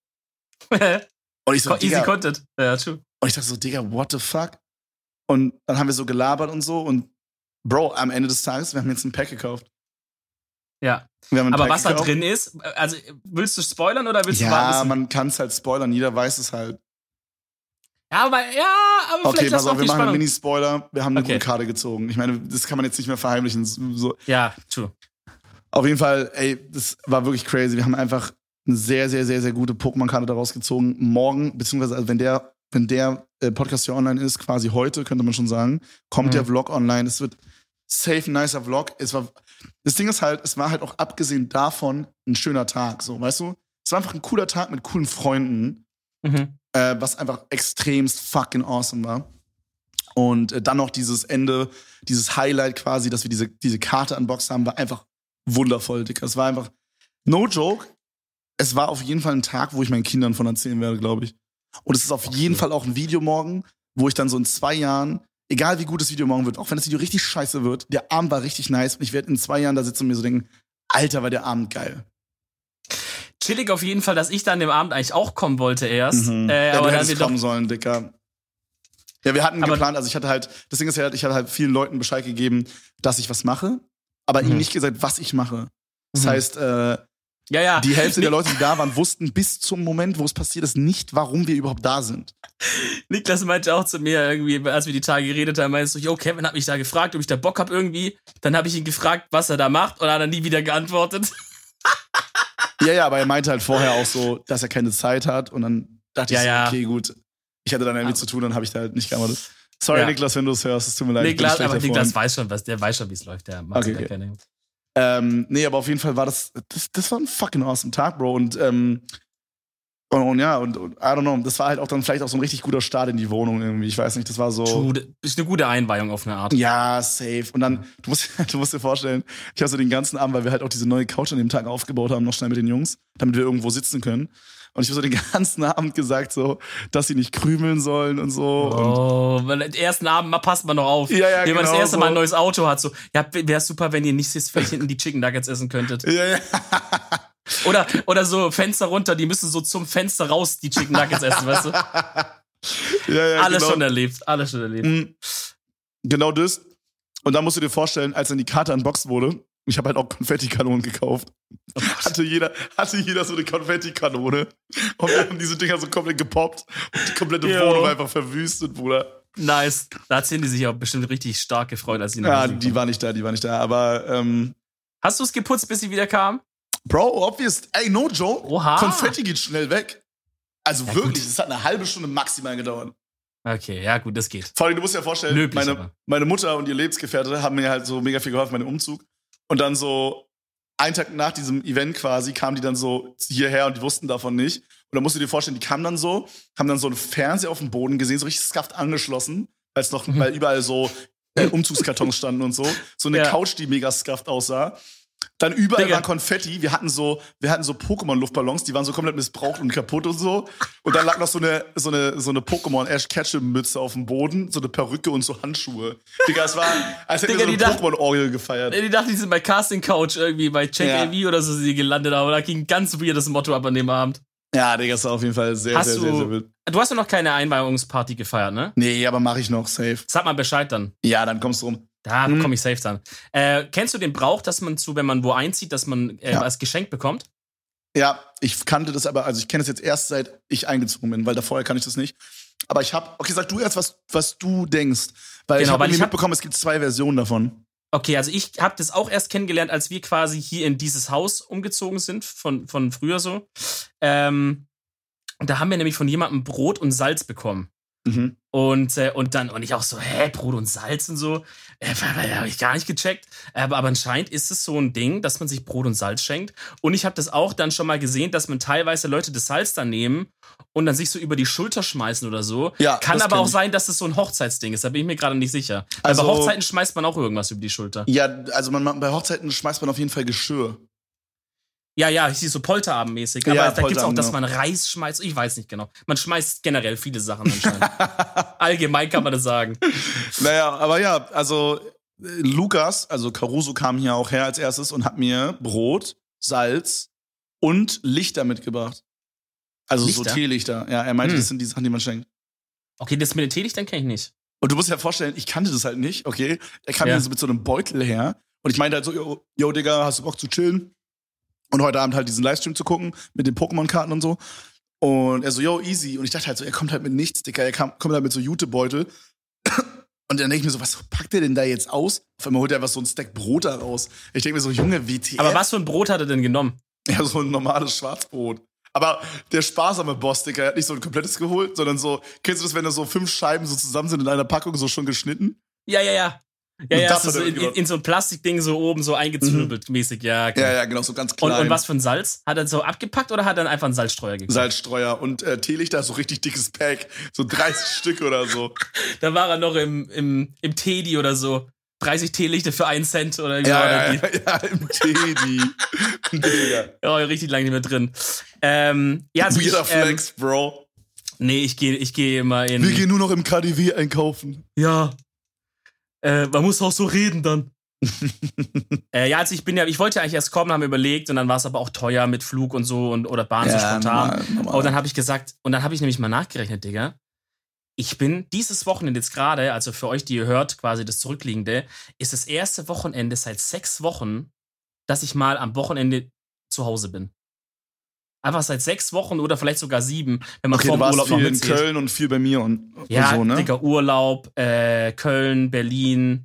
Und ich so, Easy Digga, Content. Ja, true. und ich dachte so, Digga, what the fuck? Und dann haben wir so gelabert und so und Bro, am Ende des Tages, wir haben jetzt ein Pack gekauft. Ja. Wir haben ein Aber Pack was da gekauft. drin ist, also willst du spoilern oder willst du Ja, warten? man kann es halt spoilern, jeder weiß es halt. Ja, aber, ja, aber Okay, vielleicht lass pass auf, doch wir die machen einen Spannung. Mini-Spoiler, wir haben eine Okay. gute Karte gezogen. Ich meine, das kann man jetzt nicht mehr verheimlichen. So. Ja, true. Auf jeden Fall, ey, das war wirklich crazy. Wir haben einfach eine sehr, sehr, sehr, sehr gute Pokémon-Karte daraus gezogen. Morgen, beziehungsweise also wenn der, wenn der äh, Podcast hier online ist, quasi heute, könnte man schon sagen, kommt Mhm. der Vlog online. Es wird safe ein nicer Vlog. Es war, das Ding ist halt, es war halt auch abgesehen davon ein schöner Tag, so, weißt du? Es war einfach ein cooler Tag mit coolen Freunden, Mhm. äh, was einfach extremst fucking awesome war. Und äh, dann noch dieses Ende, dieses Highlight quasi, dass wir diese, diese Karte unboxed haben, war einfach wundervoll, Dicker. Es war einfach, no joke, es war auf jeden Fall ein Tag, wo ich meinen Kindern von erzählen werde, glaube ich. Und es ist auf jeden Fall auch ein Video morgen, wo ich dann so in zwei Jahren, egal wie gut das Video morgen wird, auch wenn das Video richtig scheiße wird, der Abend war richtig nice und ich werde in zwei Jahren da sitzen und mir so denken, Alter, war der Abend geil. Chillig auf jeden Fall, dass ich da an dem Abend eigentlich auch kommen wollte erst. Mhm. Äh, ja, aber du dann hättest wir kommen doch, sollen, Dicker. Ja, wir hatten Aber- geplant, also ich hatte halt, das Ding ist ja, ich hatte halt vielen Leuten Bescheid gegeben, dass ich was mache, aber Mhm. ihnen nicht gesagt, was ich mache. Das Mhm. heißt, äh, ja, ja. die Hälfte der Nik- Leute, die da waren, wussten bis zum Moment, wo es passiert ist, nicht, warum wir überhaupt da sind. Niklas meinte auch zu mir irgendwie, als wir die Tage geredet haben, meinst du, yo, Kevin hat mich da gefragt, ob ich da Bock hab irgendwie. Dann habe ich ihn gefragt, was er da macht und er hat dann nie wieder geantwortet. Ja, ja, aber er meinte halt vorher auch so, dass er keine Zeit hat und dann dachte Ja, ich so, ja. okay, gut. Ich hatte dann irgendwie Aber- zu tun, dann habe ich da halt nicht geantwortet. Sorry, Ja. Niklas, wenn du es hörst, es tut mir leid. ich bin ein Niklas, schlechter aber Niklas Freund. weiß schon, was, der weiß schon, wie es läuft. Der macht Okay, sich da okay. keine. Ähm, nee, aber auf jeden Fall war das, das, das war ein fucking awesome Tag, Bro. Und, ähm, und, und ja, und, und I don't know, das war halt auch dann vielleicht auch so ein richtig guter Start in die Wohnung irgendwie. Ich weiß nicht, das war so. True, ist eine gute Einweihung auf eine Art. Ja, safe. Und dann, du musst, du musst dir vorstellen, ich habe so den ganzen Abend, weil wir halt auch diese neue Couch an dem Tag aufgebaut haben, noch schnell mit den Jungs, damit wir irgendwo sitzen können. Und ich habe so den ganzen Abend gesagt, so, dass sie nicht krümeln sollen und so. Und Oh, weil den ersten Abend mal passt man noch auf. Ja, ja, Wenn man genau das erste so. Mal ein neues Auto hat, so, ja, wäre super, wenn ihr nicht vielleicht hinten die Chicken Nuggets essen könntet. ja, ja. Oder, oder so Fenster runter, die müssen so zum Fenster raus die Chicken Nuggets essen, weißt du? ja, ja, Alles genau. schon erlebt, alles schon erlebt. Mhm. Genau das. Und dann musst du dir vorstellen, als dann die Karte unboxed wurde, ich habe halt auch Konfettikanonen gekauft. Hatte jeder, hatte jeder so eine Konfettikanone. Und wir haben diese Dinger so komplett gepoppt und die komplette Jo. Wohnung einfach verwüstet, Bruder. Nice. Da hat Cindy sich auch bestimmt richtig stark gefreut, als sie nach Ja, Hause die gekommen war nicht da, die war nicht da. Aber, ähm, Hast du es geputzt, bis sie wieder kam? Bro, obvious. Ey, no joke. Oha. Konfetti geht schnell weg. Also Ja, wirklich, gut. es hat eine halbe Stunde maximal gedauert. Okay, ja gut, das geht. Vor allem, du musst dir vorstellen, Löblich meine, aber. meine Mutter und ihr Lebensgefährte haben mir halt so mega viel geholfen bei dem Umzug. Und dann so, einen Tag nach diesem Event quasi, kamen die dann so hierher und die wussten davon nicht. Und dann musst du dir vorstellen, die kamen dann so, haben dann so einen Fernseher auf dem Boden gesehen, so richtig scuffed angeschlossen, weil es noch, Mhm. weil überall so äh, Umzugskartons standen und so. So eine Ja. Couch, die mega scuffed aussah. Dann überall Digga. war Konfetti. Wir hatten so, wir hatten so Pokémon-Luftballons, die waren so komplett missbraucht und kaputt und so. Und dann lag noch so eine, so eine, so eine Pokémon-Ash-Ketchum-Mütze auf dem Boden, so eine Perücke und so Handschuhe. Digga, es war, als hätten Digga, wir die so eine dacht- Pokémon-Orgel gefeiert. Die dachten, die sind bei Casting Couch irgendwie bei Check Ja. A V oder so sind die gelandet, aber da ging ein ganz weirdes Motto ab an dem Abend. Ja, Digga, es war auf jeden Fall sehr, Hast sehr, du- sehr, sehr wild. Du hast ja noch keine Einweihungsparty gefeiert, ne? Nee, aber mache ich noch, safe. Sag mal Bescheid dann. Ja, dann kommst du rum. Da Mhm. komme ich safe dann. Äh, kennst du den Brauch, dass man zu, wenn man wo einzieht, dass man äh, Ja. was geschenkt bekommt? Ja, ich kannte das aber, also ich kenne es jetzt erst seit ich eingezogen bin, weil davor kann ich das nicht. Aber ich habe, okay, sag du erst, was, was du denkst. Weil ich Genau, habe weil ich irgendwie hab- mitbekommen, es gibt zwei Versionen davon. Okay, also ich habe das auch erst kennengelernt, als wir quasi hier in dieses Haus umgezogen sind, von, von früher so. Ähm, da haben wir nämlich von jemandem Brot und Salz bekommen. Mhm. Und, äh, und dann, und ich auch so, hä, Brot und Salz und so. Äh, habe ich gar nicht gecheckt. Aber, aber anscheinend ist es so ein Ding, dass man sich Brot und Salz schenkt. Und ich habe das auch dann schon mal gesehen, dass man teilweise Leute das Salz dann nehmen und dann sich so über die Schulter schmeißen oder so. Ja, Kann das aber kenn auch ich. sein, dass es so ein Hochzeitsding ist. Da bin ich mir gerade nicht sicher. Also- Weil bei Hochzeiten schmeißt man auch irgendwas über die Schulter. Ja, also man, bei Hochzeiten schmeißt man auf jeden Fall Geschirr. Ja, ja, ich sehe so Polterabendmäßig. Aber Ja, da gibt's auch, Polterabend, dass man Reis schmeißt. Ich weiß nicht genau. Man schmeißt generell viele Sachen anscheinend. Allgemein kann man das sagen. Naja, aber ja, also äh, Lukas, also Caruso kam hier auch her als erstes und hat mir Brot, Salz und Lichter mitgebracht. Also Lichter? so Teelichter. Ja, er meinte, Hm. das sind die Sachen, die man schenkt. Okay, das mit den Teelichtern kenne ich nicht. Und du musst dir ja vorstellen, ich kannte das halt nicht, okay? Er kam Ja. hier so mit so einem Beutel her und ich meinte halt so, yo, yo, Digga, hast du Bock zu chillen? Und heute Abend halt diesen Livestream zu gucken mit den Pokémon-Karten und so. Und er so, yo, easy. Und ich dachte halt so, er kommt halt mit nichts, Digga. Er kam, kommt halt mit so Jutebeutel. Und dann denke ich mir so, was packt der denn da jetzt aus? Auf einmal holt er einfach so ein Stack Brot da raus. Ich denke mir so, Junge, W T F? Aber was für ein Brot hat er denn genommen? Ja, so ein normales Schwarzbrot. Aber der sparsame Boss, Digga, hat nicht so ein komplettes geholt, sondern so, kennst du das, wenn da so fünf Scheiben so zusammen sind in einer Packung, so schon geschnitten? Ja, ja, ja. Ja, Und ja, das das hat ist er in, in, gemacht. in so ein Plastikding so oben so eingezwirbelt mäßig, ja. Okay. Ja, ja, genau, so ganz Und, klein. und was für ein Salz? Hat er so abgepackt oder hat er einfach einen Salzstreuer gekauft? Salzstreuer und äh, Teelichter, so richtig dickes Pack, so dreißig Stück oder so. Da war er noch im, im, im Teddy oder so. dreißig Teelichter für einen Cent oder wie Ja, war ja, das? ja, ja, im Teddy. Digga. Ja, richtig lange nicht mehr drin. Ähm, ja, also Weirder ich, ähm, Flex, Bro. nee, ich gehe ich geh immer in. Wir gehen nur noch im K D W einkaufen. Ja. Äh, man muss auch so reden dann. äh, ja, also ich bin ja, ich wollte ja eigentlich erst kommen, haben überlegt und dann war es aber auch teuer mit Flug und so und oder Bahn so spontan. normal, normal. Und dann habe ich gesagt, und dann habe ich nämlich mal nachgerechnet, Digga. Ich bin dieses Wochenende jetzt gerade, also für euch, die ihr hört, quasi das Zurückliegende, ist das erste Wochenende seit sechs Wochen, dass ich mal am Wochenende zu Hause bin. Einfach seit sechs Wochen oder vielleicht sogar sieben, wenn man Okay, vor du dem warst Urlaub noch viel in mitzählt. Köln und viel bei mir und, Ja, und so, ne? Digga, Urlaub, äh, Köln, Berlin,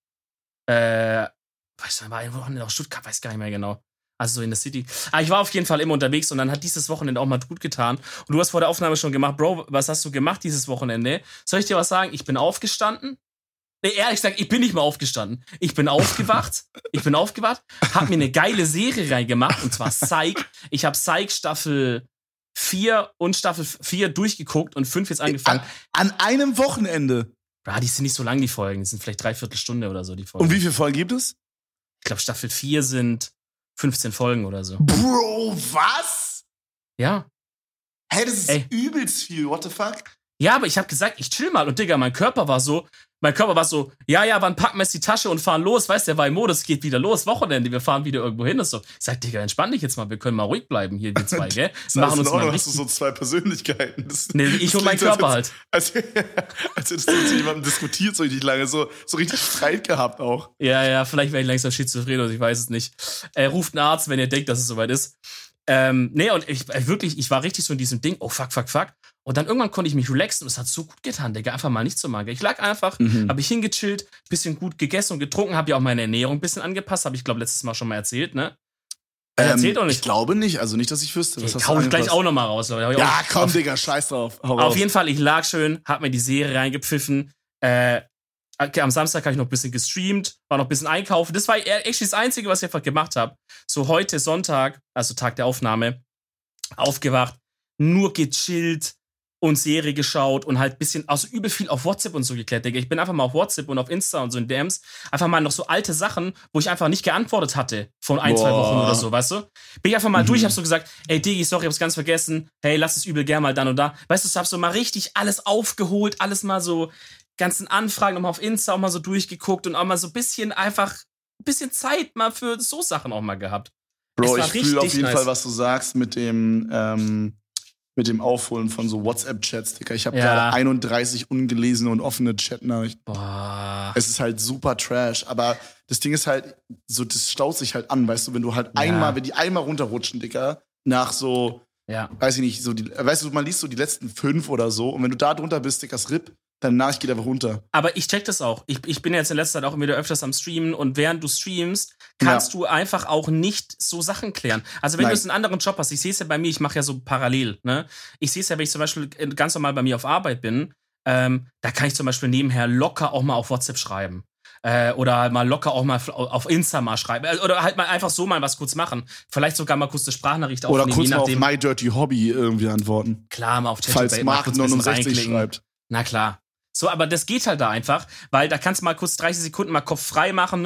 äh, weiß nicht, war ein Wochenende auch Stuttgart, weiß gar nicht mehr genau. Also so in der City. Aber ich war auf jeden Fall immer unterwegs und dann hat dieses Wochenende auch mal gut getan. Und du hast vor der Aufnahme schon gemacht, Bro, was hast du gemacht dieses Wochenende? Soll ich dir was sagen? Ich bin aufgestanden. Nee, ehrlich gesagt, ich bin nicht mal aufgestanden. Ich bin aufgewacht. ich bin aufgewacht, hab mir eine geile Serie reingemacht und zwar Psych. Ich habe Psych Staffel vier und Staffel vier durchgeguckt und fünf jetzt angefangen. An, an einem Wochenende. Ja, die sind nicht so lang, die Folgen. Die sind vielleicht dreiviertel Stunde oder so, die Folgen. Und wie viele Folgen gibt es? Ich glaube, Staffel vier sind fünfzehn Folgen oder so. Bro, was? Ja. Hey, das ist Ey. übelst viel. What the fuck? Ja, aber ich habe gesagt, ich chill mal. Und Digga, mein Körper war so, mein Körper war so, ja, ja, wann packen wir jetzt die Tasche und fahren los? Weißt du, der war im Modus, geht wieder los, Wochenende, wir fahren wieder irgendwo hin. Das so, ich sag, Digga, entspann dich jetzt mal, wir können mal ruhig bleiben hier, wir zwei, gell? Wir machen uns mal hast du richtig. so zwei Persönlichkeiten. Das, Nee, ich das und mein klingt, Körper als, als, als hättest du mit jemandem diskutiert so richtig lange, so, so richtig Streit gehabt auch. Ja, ja, vielleicht wäre ich langsam schizophren oder ich weiß es nicht. Äh, ruft einen Arzt, wenn ihr denkt, dass es soweit ist. Ähm, nee, und ich äh, wirklich, ich war richtig so in diesem Ding, oh fuck, fuck, fuck. Und dann irgendwann konnte ich mich relaxen und es hat so gut getan, Digga, einfach mal nichts zu machen. Ich lag einfach, Mhm. habe ich hingechillt, bisschen gut gegessen und getrunken, habe ja auch meine Ernährung ein bisschen angepasst, habe ich glaube letztes Mal schon mal erzählt, ne? Äh, erzählt Ähm, auch nicht. Ich glaube nicht, also nicht, dass ich wüsste. Was Okay, hast hau du ich gleich angepasst? auch noch mal raus. Leute. Ja, komm, auf, Digga, scheiß drauf. Hau auf raus. jeden Fall, ich lag schön, hab mir die Serie reingepfiffen. Äh, okay, am Samstag habe ich noch ein bisschen gestreamt, war noch ein bisschen einkaufen. Das war echt das Einzige, was ich einfach gemacht habe. So heute Sonntag, also Tag der Aufnahme, aufgewacht, nur gechillt und Serie geschaut und halt ein bisschen, also übel viel auf WhatsApp und so geklärt, Digga. Ich bin einfach mal auf WhatsApp und auf Insta und so in D Ms, einfach mal noch so alte Sachen, wo ich einfach nicht geantwortet hatte vor ein, Boah. zwei Wochen oder so, weißt du? Bin ich einfach mal Mhm. durch, hab so gesagt, ey Digi, sorry, ich hab's ganz vergessen, hey, lass es übel gern mal dann und da. Weißt du, ich hab so mal richtig alles aufgeholt, alles mal so, ganzen Anfragen nochmal auf Insta auch mal so durchgeguckt und auch mal so ein bisschen einfach, ein bisschen Zeit mal für so Sachen auch mal gehabt. Bro, Es war ich fühle auf richtig jeden nice. Fall, was du sagst mit dem, ähm, mit dem Aufholen von so WhatsApp-Chats, Digga. Ich habe Ja. gerade einunddreißig ungelesene und offene Chatnachrichten. Boah. Es ist halt super trash, aber das Ding ist halt, so, das staut sich halt an, weißt du, wenn du halt Ja. einmal, wenn die einmal runterrutschen, Digga, nach so, Ja. weiß ich nicht, so die, weißt du, man liest so die letzten fünf oder so und wenn du da drunter bist, Diggas R I P, deine Nachricht geht einfach runter. Aber ich check das auch. Ich, ich bin jetzt in letzter Zeit auch wieder öfters am Streamen und während du streamst, kannst Ja. du einfach auch nicht so Sachen klären. Also wenn Nein. du jetzt einen anderen Job hast, ich sehe es ja bei mir, ich mache ja so parallel, ne? Ich sehe es ja, wenn ich zum Beispiel ganz normal bei mir auf Arbeit bin, ähm, da kann ich zum Beispiel nebenher locker auch mal auf WhatsApp schreiben. Äh, oder mal locker auch mal auf Insta mal schreiben. Äh, Oder halt mal einfach so mal was kurz machen. Vielleicht sogar mal kurz eine Sprachnachricht Oder aufnehmen, kurz je mal auf nachdem. My Dirty Hobby irgendwie antworten. Klar, mal auf Chat Falls Mark neunundsechzig schreibt. Na klar. So, aber das geht halt da einfach, weil da kannst du mal kurz dreißig Sekunden mal Kopf frei machen, ne?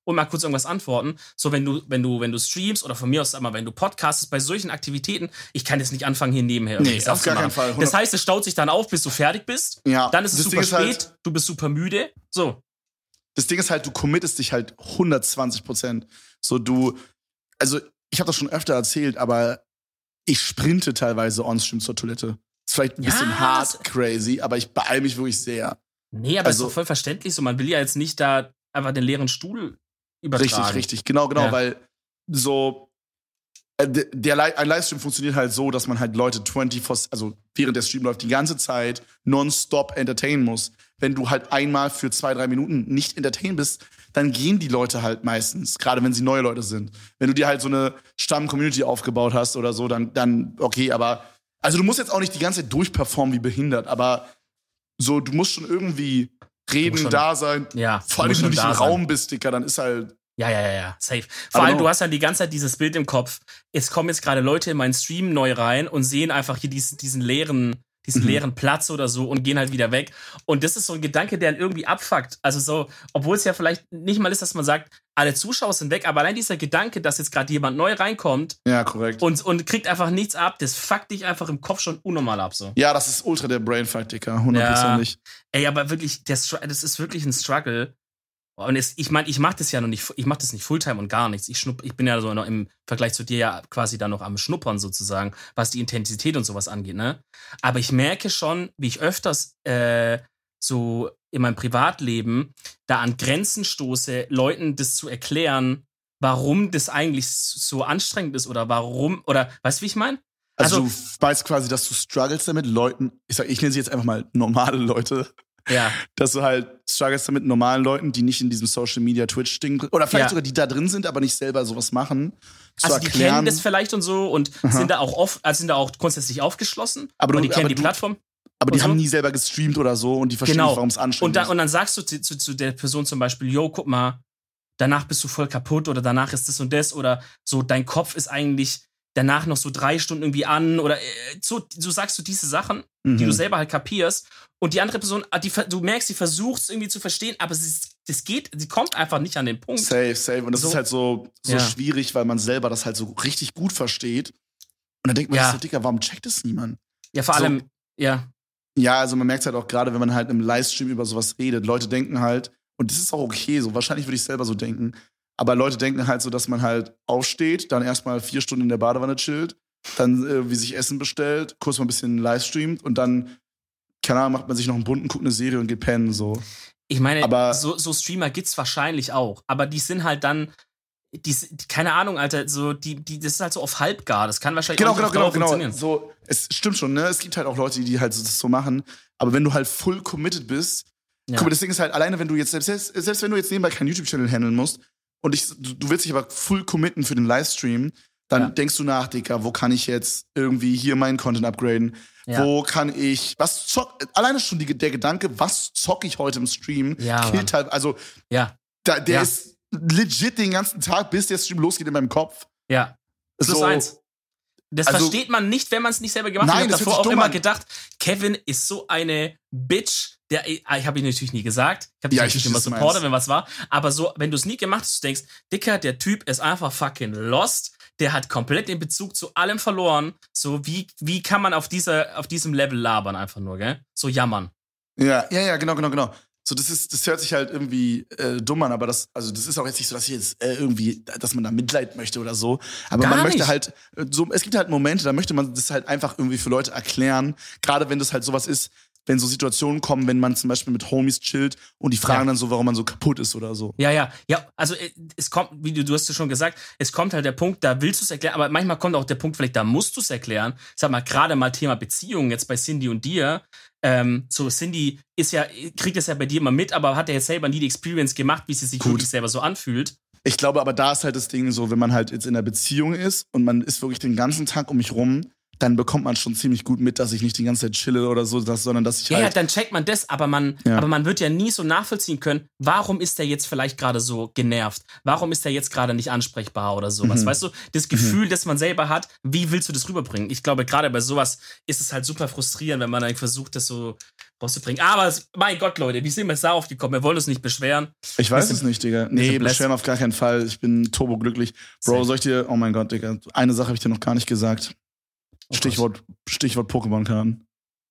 und mal kurz irgendwas antworten. So, wenn du, wenn du, wenn du streamst oder von mir aus, sag mal, wenn du podcastest bei solchen Aktivitäten, ich kann jetzt nicht anfangen, hier nebenher nee, auf gar keinen Fall. Das heißt, es staut sich dann auf, bis du fertig bist. Ja, dann ist es super ist spät, halt, du bist super müde. So. Das Ding ist halt, du committest dich halt hundertzwanzig Prozent. So, du, also, ich habe das schon öfter erzählt, aber ich sprinte teilweise on-stream zur Toilette. Ist vielleicht ein Ja, bisschen hart crazy, aber ich beeile mich wirklich sehr. Nee, aber Also- ist doch voll verständlich so. Man will ja jetzt nicht da einfach den leeren Stuhl übertragen. Richtig, richtig, genau, genau, Ja. weil so äh, der, der Li- ein Livestream funktioniert halt so, dass man halt Leute vierundzwanzig, also während der Stream läuft, die ganze Zeit nonstop entertainen muss. Wenn du halt einmal für zwei, drei Minuten nicht entertain bist, dann gehen die Leute halt meistens, gerade wenn sie neue Leute sind. Wenn du dir halt so eine Stamm-Community aufgebaut hast oder so, dann, dann okay, aber also du musst jetzt auch nicht die ganze Zeit durchperformen wie behindert, aber so, du musst schon irgendwie reden, schon- da sein. Ja, Vor allem, muss wenn du schon nicht im da sein. Raum bist, Dicker, dann ist halt. Ja, ja, ja, ja, safe. Vor I allem, don't know. du hast dann die ganze Zeit dieses Bild im Kopf. Es kommen jetzt gerade Leute in meinen Stream neu rein und sehen einfach hier diesen, diesen leeren, diesen Mhm. leeren Platz oder so und gehen halt wieder weg. Und das ist so ein Gedanke, der dann irgendwie abfuckt. Also so, obwohl es ja vielleicht nicht mal ist, dass man sagt, alle Zuschauer sind weg, aber allein dieser Gedanke, dass jetzt gerade jemand neu reinkommt Ja, korrekt. und, und kriegt einfach nichts ab, das fuckt dich einfach im Kopf schon unnormal ab, so. Ja, das ist ultra der Brainfight, Dicker, hundertprozentig. Ey, aber wirklich, der Str- das ist wirklich ein Struggle. Und es, ich meine, ich mache das ja noch nicht, ich mache das nicht Fulltime und gar nichts. Ich schnupp, ich bin ja so noch im Vergleich zu dir ja quasi da noch am Schnuppern sozusagen, was die Intensität und sowas angeht, ne? Aber ich merke schon, wie ich öfters äh, so in meinem Privatleben da an Grenzen stoße, Leuten das zu erklären, warum das eigentlich so anstrengend ist oder warum, oder weißt du, wie ich meine? Also, Also- du weißt quasi, dass du struggles damit, Leuten, ich sag, ich nenne sie jetzt einfach mal normale Leute, Ja. dass du halt struggles damit, normalen Leuten, die nicht in diesem Social Media Twitch-Ding, oder vielleicht Ja. sogar die da drin sind, aber nicht selber sowas machen, zu Also die erklären. kennen das vielleicht und so und sind da auch off, also sind da auch grundsätzlich aufgeschlossen. Aber du- und die kennen aber die du- Plattform. aber die und haben so. nie selber gestreamt oder so und die verstehen Genau. nicht, warum es anstrengend Und, da, ist. und dann sagst du zu, zu, zu der Person zum Beispiel, yo, guck mal, danach bist du voll kaputt oder danach ist das und das oder so, dein Kopf ist eigentlich danach noch so drei Stunden irgendwie an oder äh, so, so sagst du diese Sachen, Mhm. die du selber halt kapierst und die andere Person, ah, die, ver- du merkst, sie versucht es irgendwie zu verstehen, aber sie, ist- das geht, sie kommt einfach nicht an den Punkt. Safe, safe. Und das So- ist halt so, so Ja. schwierig, weil man selber das halt so richtig gut versteht. Und dann denkt man Ja. sich so, Dicker, warum checkt es niemand? Ja, vor So- allem, ja, Ja, also man merkt halt auch gerade, wenn man halt im Livestream über sowas redet. Leute denken halt, und das ist auch okay so, wahrscheinlich würde ich selber so denken, aber Leute denken halt so, dass man halt aufsteht, dann erstmal vier Stunden in der Badewanne chillt, dann äh, wie sich Essen bestellt, kurz mal ein bisschen livestreamt und dann, keine Ahnung, macht man sich noch einen bunten, guckt eine Serie und geht pennen, so. ich meine, Aber- so, so Streamer gibt's wahrscheinlich auch, aber die sind halt dann, die, die, keine Ahnung, Alter, so, die, die, das ist halt so auf halbgar, das kann wahrscheinlich Genau, auch genau, nicht genau, auf Dauer genau. funktionieren. So, es stimmt schon, ne? Es gibt halt auch Leute, die halt so, das so machen. Aber wenn du halt full committed bist, Ja. guck mal, das Ding ist halt, alleine wenn du jetzt, selbst, selbst, selbst wenn du jetzt nebenbei keinen YouTube-Channel handeln musst und ich, du, du willst dich aber full committen für den Livestream, dann Ja. denkst du nach, Dicker, wo kann ich jetzt irgendwie hier meinen Content upgraden? Ja. Wo kann ich, was zock, alleine schon die, der Gedanke, was zock ich heute im Stream, Ja, Mann. killt halt, also, Ja, da, der Ja. ist legit den ganzen Tag, bis der Stream losgeht in meinem Kopf. ja. Plus So, eins. Das also- versteht man nicht, wenn man es nicht selber gemacht Nein, hat. Ich das habe hört davor sich auch dumm immer an. gedacht, Kevin ist so eine Bitch. Der, ich habe ihn natürlich nie gesagt. Ich habe dich Ja, ich natürlich verstehe, immer was du supportet, meinst. wenn was war. Aber so, wenn du es nie gemacht hast, du denkst, Dicker, der Typ ist einfach fucking lost. Der hat komplett den Bezug zu allem verloren. So, wie, wie kann man auf, dieser, auf diesem Level labern einfach nur, gell? So jammern. Ja, ja, ja, genau, genau, genau. So, das ist, das hört sich halt irgendwie äh, dumm an, aber das, also das ist auch jetzt nicht so, dass ich jetzt äh, irgendwie, dass man da Mitleid möchte oder so. Aber Gar man möchte nicht. halt, äh, so, es gibt halt Momente, da möchte man das halt einfach irgendwie für Leute erklären. Gerade wenn das halt sowas ist, wenn so Situationen kommen, wenn man zum Beispiel mit Homies chillt und die fragen Ja. dann so, warum man so kaputt ist oder so. Ja, ja, ja, also äh, es kommt, wie du, du hast es schon gesagt, es kommt halt der Punkt, da willst du es erklären, aber manchmal kommt auch der Punkt, vielleicht da musst du es erklären. Sag mal, gerade mal Thema Beziehungen jetzt bei Cindy und dir. Ähm, so, Cindy ist ja, kriegt das ja bei dir immer mit, aber hat ja jetzt selber nie die Experience gemacht, wie sie sich Gut. wirklich selber so anfühlt. Ich glaube aber, da ist halt das Ding so, wenn man halt jetzt in einer Beziehung ist und man ist wirklich den ganzen Tag um mich rum, dann bekommt man schon ziemlich gut mit, dass ich nicht die ganze Zeit chille oder so, dass, sondern dass ich Ja, ja, halt. dann checkt man das, aber man, Ja. aber man wird ja nie so nachvollziehen können, warum ist der jetzt vielleicht gerade so genervt? Warum ist der jetzt gerade nicht ansprechbar oder sowas? Mhm. Weißt du, das Gefühl, das man selber hat, wie willst du das rüberbringen? Ich glaube, gerade bei sowas ist es halt super frustrierend, wenn man dann versucht, das so rauszubringen. Aber, es, mein Gott, Leute, wie sind wir da aufgekommen? Wir wollen uns nicht beschweren. Ich weiß es nicht, Digga. Nee, beschweren auf gar keinen Fall. Ich bin turbo glücklich. Bro, soll ich dir, oh mein Gott, Digga, eine Sache habe ich dir noch gar nicht gesagt. Oh Stichwort, Stichwort Pokémon-Karten.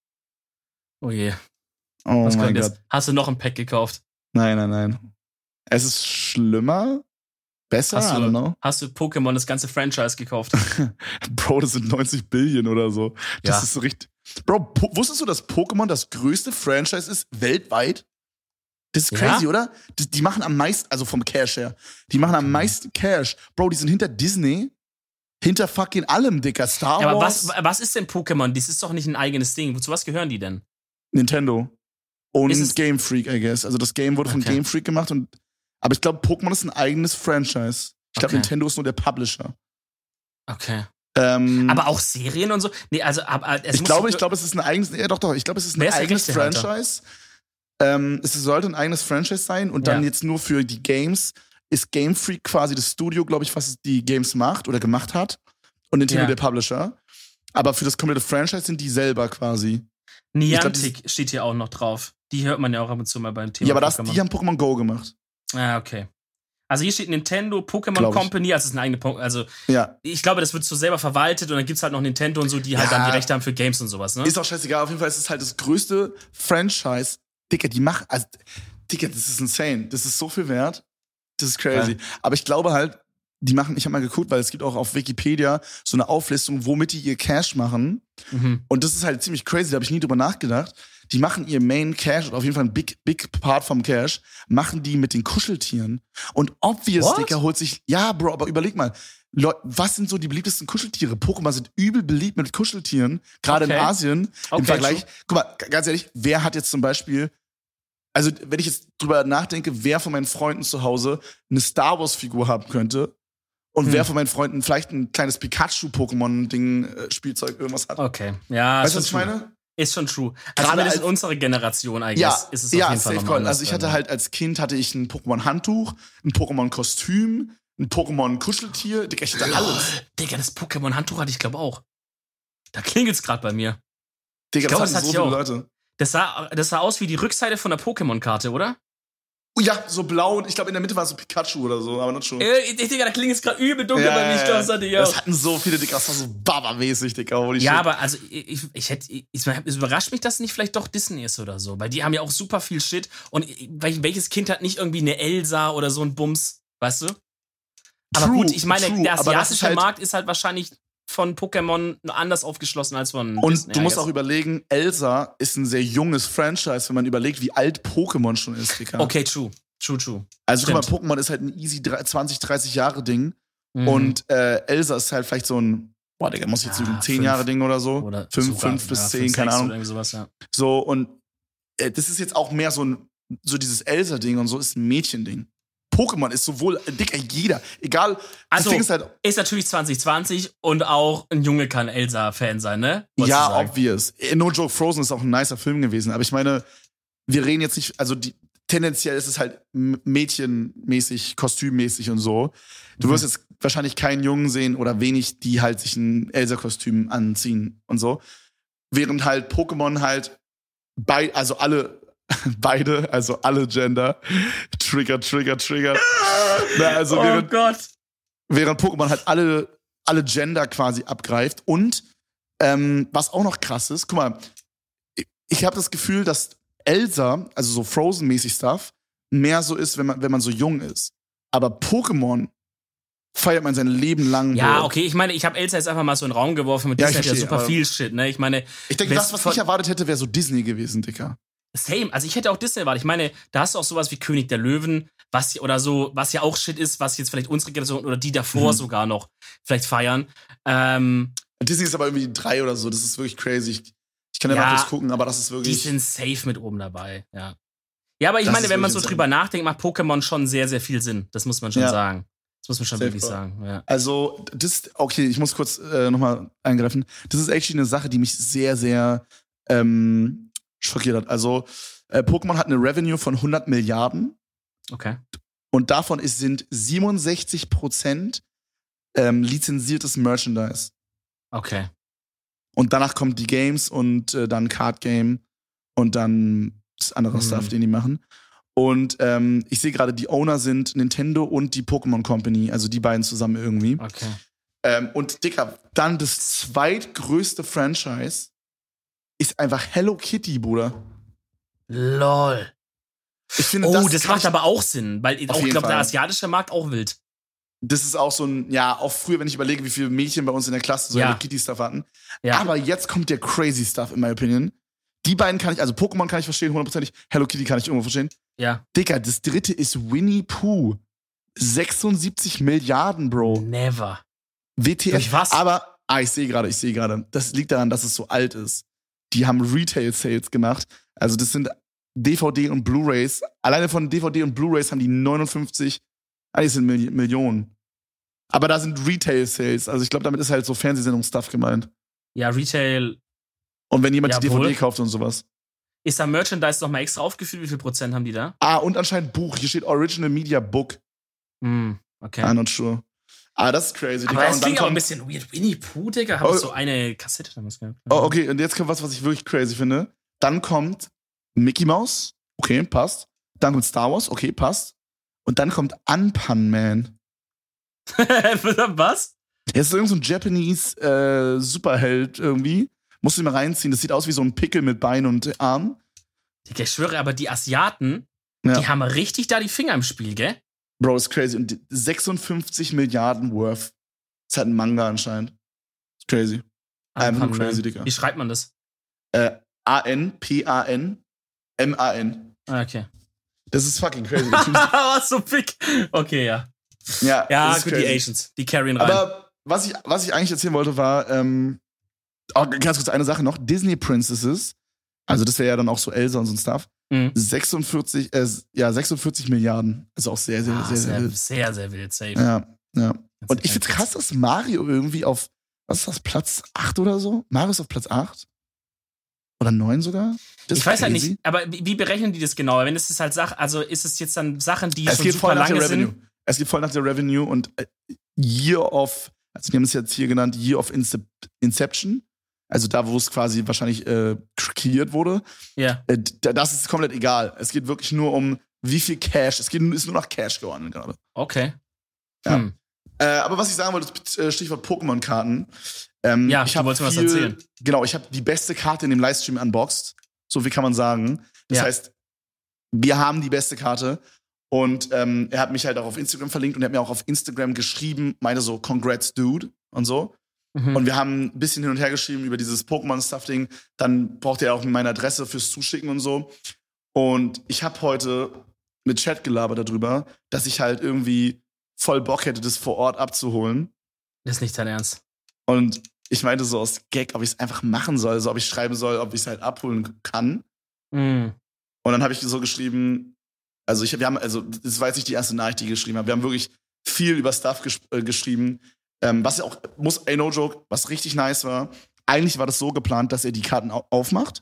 Oh je. Oh Was mein Gott. Gott. Hast du noch ein Pack gekauft? Nein, nein, nein. Es ist schlimmer? Besser? Hast I don't know. du, hast du Pokémon das ganze Franchise gekauft? Bro, das sind neunzig Billionen oder so. Das Ja. ist so richtig. Bro, po- wusstest du, dass Pokémon das größte Franchise ist weltweit? Das ist crazy, Ja? oder? Die, die machen am meisten, also vom Cash her, die machen am meisten Cash. Bro, die sind hinter Disney, hinter fucking allem, Dicker. Star Ja, aber Wars, was, was ist denn Pokémon? Das ist doch nicht ein eigenes Ding. Zu was gehören die denn? Nintendo und Ist es- Game Freak, I guess. Also das Game wurde von Okay. Game Freak gemacht und, aber ich glaube, Pokémon ist ein eigenes Franchise. Ich glaube, Okay. Nintendo ist nur der Publisher. Okay. Ähm, Aber auch Serien und so? Nee, also, aber es ich muss glaube, doch- ich glaube, es ist ein eigenes, ja doch, doch, ich glaube, es ist ein Wer ist der eigenes Rechtehalter? Franchise. Ähm, es sollte ein eigenes Franchise sein und dann Ja. jetzt nur für die Games ist Game Freak quasi das Studio, glaube ich, was die Games macht oder gemacht hat und Nintendo Ja. der Publisher. Aber für das komplette Franchise sind die selber quasi. Ich glaub, Niantic steht hier auch noch drauf. Die hört man ja auch ab und zu mal beim Thema Ja, aber das, Pokémon. die haben Pokémon Go gemacht. Ah, okay. Also hier steht Nintendo Pokémon Glaub ich. Company, also es ist eine eigene Po- also Ja. ich glaube, das wird so selber verwaltet und dann gibt's halt noch Nintendo und so, die halt Ja. dann die Rechte haben für Games und sowas, ne? Ist auch scheißegal. Auf jeden Fall ist es halt das größte Franchise. Dicker, die machen, also, Dicker, das ist insane. Das ist so viel wert. Das ist crazy. Ja. Aber ich glaube halt, die machen, ich habe mal geguckt, weil es gibt auch auf Wikipedia so eine Auflistung, womit die ihr Cash machen. Mhm. Und das ist halt ziemlich crazy, da habe ich nie drüber nachgedacht. Die machen ihr Main Cash, oder auf jeden Fall ein big, big Part vom Cash, machen die mit den Kuscheltieren. Und obvious, What? Dicker, holt sich, ja, Bro, aber überleg mal, Leu- was sind so die beliebtesten Kuscheltiere? Pokémon sind übel beliebt mit Kuscheltieren, gerade Okay. in Asien. Okay, Im Vergleich, true. guck mal, g- ganz ehrlich, wer hat jetzt zum Beispiel, also wenn ich jetzt drüber nachdenke, wer von meinen Freunden zu Hause eine Star Wars-Figur haben könnte und Hm. wer von meinen Freunden vielleicht ein kleines Pikachu-Pokémon-Ding, äh, Spielzeug, irgendwas hat. Okay. Ja, Weißt du, ist was ich schon true. meine? Ist schon true. Also Gerade zumindest als- in unserer Generation eigentlich Ja, ist es ja, auf jeden Fall safe nochmal call. anders. Also ich hatte ja. halt als Kind hatte ich ein Pokémon-Handtuch, ein Pokémon-Kostüm, ein Pokémon-Kuscheltier. Digga, ich hatte alles. Digga, das Pokémon-Handtuch hatte ich glaube auch. Da klingelt's gerade bei mir. Digga, glaub, das das hatten hatte so ich viele auch. Leute. Das sah, das sah aus wie die Rückseite von der Pokémon-Karte, oder? Oh ja, so blau und ich glaube in der Mitte war es so Pikachu oder so, aber not schon. Äh, Digga, da klingt es gerade übel dunkel bei mir. Ich glaube, das hatte ich auch. Das hatten so viele, Digga, das war so Baba-mäßig, Digga. Holy Ja, shit. aber also ich, ich, ich hätte, ich, es überrascht mich, dass es nicht vielleicht doch Disney ist oder so, weil die haben ja auch super viel Shit und wel- welches Kind hat nicht irgendwie eine Elsa oder so ein Bums, weißt du? Aber True, gut, ich meine, true, der aber das ist asiatische halt- Markt ist halt wahrscheinlich von Pokémon anders aufgeschlossen als von Und Disney. du I musst guess. auch überlegen, Elsa ist ein sehr junges Franchise, wenn man überlegt, wie alt Pokémon schon ist, Digga. Okay, true. True, true. Also guck stimmt. mal, Pokémon ist halt ein easy zwanzig, dreißig Jahre Ding. Mhm. Und äh, Elsa ist halt vielleicht so ein, boah, Digga, muss ich jetzt Ja, lügen, zehn fünf. Jahre Ding oder so. Oder fünf, sogar, fünf bis ja, zehn, fünf, keine sechs Ahnung. Oder irgendwie sowas, ja. So, und äh, das ist jetzt auch mehr so ein, so dieses Elsa-Ding und so ist ein Mädchending. Pokémon ist sowohl, äh, Dicker, jeder, egal. Also, das Ding ist halt, Ist natürlich zwanzig zwanzig und auch ein Junge kann Elsa-Fan sein, ne? Wolltest du ja, sagen. obvious. Äh, No Joke, Frozen ist auch ein nicer Film gewesen, aber ich meine, wir reden jetzt nicht, also die, tendenziell ist es halt m- mädchenmäßig, kostümmäßig und so. Du Mhm. wirst jetzt wahrscheinlich keinen Jungen sehen oder wenig, die halt sich ein Elsa-Kostüm anziehen und so. Während halt Pokémon halt bei, also alle, beide, also alle Gender, Trigger, Trigger, Trigger. Na, also Oh während, Gott. während Pokémon halt alle, alle Gender quasi abgreift. Und ähm, was auch noch krass ist, guck mal, ich, ich habe das Gefühl, dass Elsa, also so Frozen-mäßig Stuff, mehr so ist, wenn man, wenn man so jung ist. Aber Pokémon feiert man sein Leben lang. Ja, Bro. okay, ich meine, ich habe Elsa jetzt einfach mal so in den Raum geworfen mit Ja, Disney ich hat ja verstehe, super aber- viel Shit, ne? Ich meine, Ich denke, Wes- das, was von- ich erwartet hätte, wäre so Disney gewesen, Dicker. same. Also ich hätte auch Disney erwartet. Ich meine, da hast du auch sowas wie König der Löwen, was oder so, was ja auch Shit ist, was jetzt vielleicht unsere Generation oder die davor Mhm. sogar noch vielleicht feiern. Ähm, Disney ist aber irgendwie drei oder so. Das ist wirklich crazy. Ich, ich kann ja, Ja, mal kurz gucken, aber das ist die wirklich. sind safe mit oben dabei, ja. Ja, aber ich Das meine, ist wenn man wirklich so insane. drüber nachdenkt, macht Pokémon schon sehr, sehr viel Sinn. Das muss man schon Ja. sagen. Das muss man schon Safe wirklich call. sagen, ja. Also, das, okay, ich muss kurz äh, nochmal eingreifen. Das ist actually eine Sache, die mich sehr, sehr ähm, schockiert hat. Also, äh, Pokémon hat eine Revenue von hundert Milliarden Okay. und davon ist, sind siebenundsechzig Prozent ähm, lizenziertes Merchandise. Okay. Und danach kommen die Games und äh, dann Card Game und dann das andere mhm. Stuff, den die machen. Und ähm, ich sehe gerade, die Owner sind Nintendo und die Pokémon Company, also die beiden zusammen irgendwie. Okay. Ähm, und Dicker, dann das zweitgrößte Franchise ist einfach Hello Kitty, Bruder. Lol. Ich finde, oh, das, das macht aber auch Sinn, weil auch, ich glaube, der asiatische Markt auch wild. Das ist auch so ein, ja, auch früher, wenn ich überlege, wie viele Mädchen bei uns in der Klasse so ja. Hello Kitty Stuff hatten. Ja. Aber jetzt kommt der crazy Stuff, in my opinion. Die beiden kann ich, also Pokémon kann ich verstehen, hundertprozentig. Hello Kitty kann ich irgendwo verstehen. Ja. Dicker, das dritte ist Winnie Pooh. sechsundsiebzig Milliarden, Bro. Never. W T F. Durch was? Aber, ah, ich sehe gerade, ich sehe gerade. Das liegt daran, dass es so alt ist. Die haben Retail-Sales gemacht. Also das sind D V D und Blu-Rays. Alleine von D V D und Blu-Rays haben die neunundfünfzig, ah, das sind Mil- Millionen. Aber da sind Retail-Sales. Also ich glaube, damit ist halt so Fernsehsendung-Stuff gemeint. Ja, Retail. Und wenn jemand ja, die D V D wohl. kauft und sowas. Ist da Merchandise nochmal extra aufgeführt? Wie viel Prozent haben die da? Ah, und anscheinend Buch. Hier steht Original Media Book. Mm, okay. I'm not sure. Ah, das ist crazy. Aber Digga. das Und klingt dann auch ein kommt, bisschen weird. Winnie Pooh, Digga, habe Oh. ich so eine Kassette damals gehabt. oh, okay, und jetzt kommt was, was ich wirklich crazy finde. Dann kommt Mickey Mouse. Okay, passt. Dann kommt Star Wars. Okay, passt. Und dann kommt Anpan Man. Was? Er ist irgend so ein Japanese äh, Superheld irgendwie. Musst du mal reinziehen. Das sieht aus wie so ein Pickel mit Beinen und Armen. Digga, ich schwöre, aber die Asiaten, Ja. die haben richtig da die Finger im Spiel, gell? Bro, ist crazy. Und sechsundfünfzig Milliarden worth. Ist halt ein Manga anscheinend. Ist crazy. Einfach nur crazy, Digga. Wie schreibt man das? Äh, A N P A N M A N. Ah, okay. Das ist fucking crazy. Was so big. Okay, ja. ja, Ja, das ist gut, crazy. die Asians. Die carryen rein. Aber was ich, was ich eigentlich erzählen wollte, war, ähm, auch ganz kurz eine Sache noch: Disney Princesses. Also, das wäre ja dann auch so Elsa und so ein Stuff. Mhm. sechsundvierzig, äh, ja, sechsundvierzig Milliarden. Ist auch sehr, sehr, Ah, sehr, sehr, sehr, wild. sehr, sehr wild. Safe. Ja, ja. Das Und ist ich find's krass, dass Mario irgendwie auf, was ist das, Platz acht oder so? Mario ist auf Platz acht? Oder neun sogar? Das Ich ist weiß halt crazy. nicht, aber wie, wie berechnen die das genau? Wenn es ist halt Sachen, also ist es jetzt dann Sachen, die Es schon geht super voll nach lange der Revenue. sind? Es geht voll nach der Revenue und äh, Year of, also wir haben es jetzt hier genannt, Year of Incep- Inception. Also da, wo es quasi wahrscheinlich äh, kreiert wurde. Ja. Äh, d- das ist komplett egal. Es geht wirklich nur um, wie viel Cash. Es geht, ist nur nach Cash geworden gerade. Okay. Ja. Hm. Äh, aber was ich sagen wollte, äh, Stichwort Pokémon-Karten. Ähm, Ja, ich du hab wolltest mir was viel- erzählen. Genau, ich habe die beste Karte in dem Livestream unboxed. So viel kann man sagen. Das Ja. heißt, wir haben die beste Karte. Und ähm, er hat mich halt auch auf Instagram verlinkt und er hat mir auch auf Instagram geschrieben, meinte so, Congrats, Dude und so. Mhm. Und wir haben ein bisschen hin und her geschrieben über dieses Pokémon-Stuff-Ding. Dann brauchte er auch meine Adresse fürs Zuschicken und so. Und ich habe heute mit Chat gelabert darüber, dass ich halt irgendwie voll Bock hätte, das vor Ort abzuholen. Das ist nicht dein Ernst. Und ich meinte so aus Gag, ob ich es einfach machen soll, so ob ich schreiben soll, ob ich es halt abholen kann. Mhm. Und dann habe ich so geschrieben, also ich, wir haben, also das war jetzt nicht die erste Nachricht, die ich geschrieben habe. Wir haben wirklich viel über Stuff ges äh, geschrieben. Ähm, was ja auch, muss, ey, no joke, was richtig nice war. Eigentlich war das so geplant, dass er die Karten au aufmacht,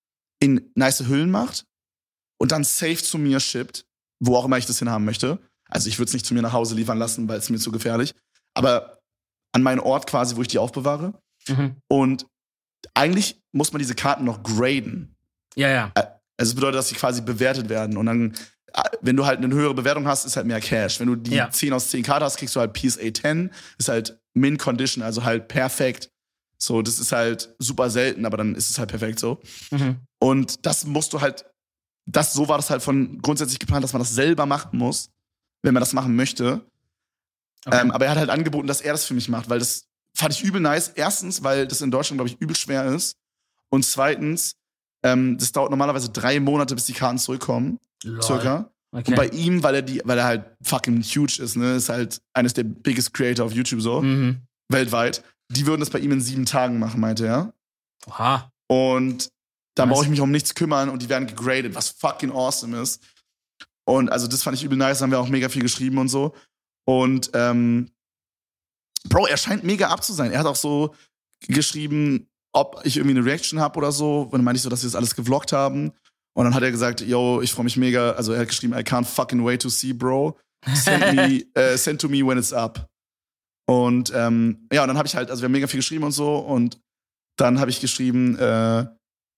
in nice Hüllen macht und dann safe zu mir shippt, wo auch immer ich das hinhaben möchte. Also ich würde es nicht zu mir nach Hause liefern lassen, weil es mir zu gefährlich. Aber an meinen Ort quasi, wo ich die aufbewahre. Mhm. Und eigentlich muss man diese Karten noch graden. Ja, ja. Also das bedeutet, dass sie quasi bewertet werden. Und dann, wenn du halt eine höhere Bewertung hast, ist halt mehr Cash. Wenn du die Ja. zehn aus zehn Karte hast, kriegst du halt P S A zehn. Ist halt Min Condition, also halt perfekt. So, das ist halt super selten, aber dann ist es halt perfekt so. Mhm. Und das musst du halt, das, so war das halt von grundsätzlich geplant, dass man das selber machen muss, wenn man das machen möchte. Okay. Ähm, aber er hat halt angeboten, dass er das für mich macht, weil das fand ich übel nice. Erstens, weil das in Deutschland, glaube ich, übel schwer ist. Und zweitens, ähm, das dauert normalerweise drei Monate, bis die Karten zurückkommen. Lol. Circa. Okay. Und bei ihm, weil er die, weil er halt fucking huge ist, ne, ist halt eines der biggest Creator auf YouTube so, Mhm. weltweit. Die würden das bei ihm in sieben Tagen machen, meinte er. Oha. Und dann Nice. brauche ich mich um nichts kümmern und die werden gegradet, was fucking awesome ist. Und also das fand ich übel nice, haben wir auch mega viel geschrieben und so. Und ähm, Bro, er scheint mega up zu sein. Er hat auch so geschrieben, ob ich irgendwie eine Reaction habe oder so. Und dann meinte ich so, dass wir das alles gevloggt haben. Und dann hat er gesagt, yo, ich freue mich mega. Also er hat geschrieben, I can't fucking wait to see, bro. Send, me, äh, send to me when it's up. Und ähm, ja, und dann habe ich halt, also wir haben mega viel geschrieben und so. Und dann habe ich geschrieben, äh,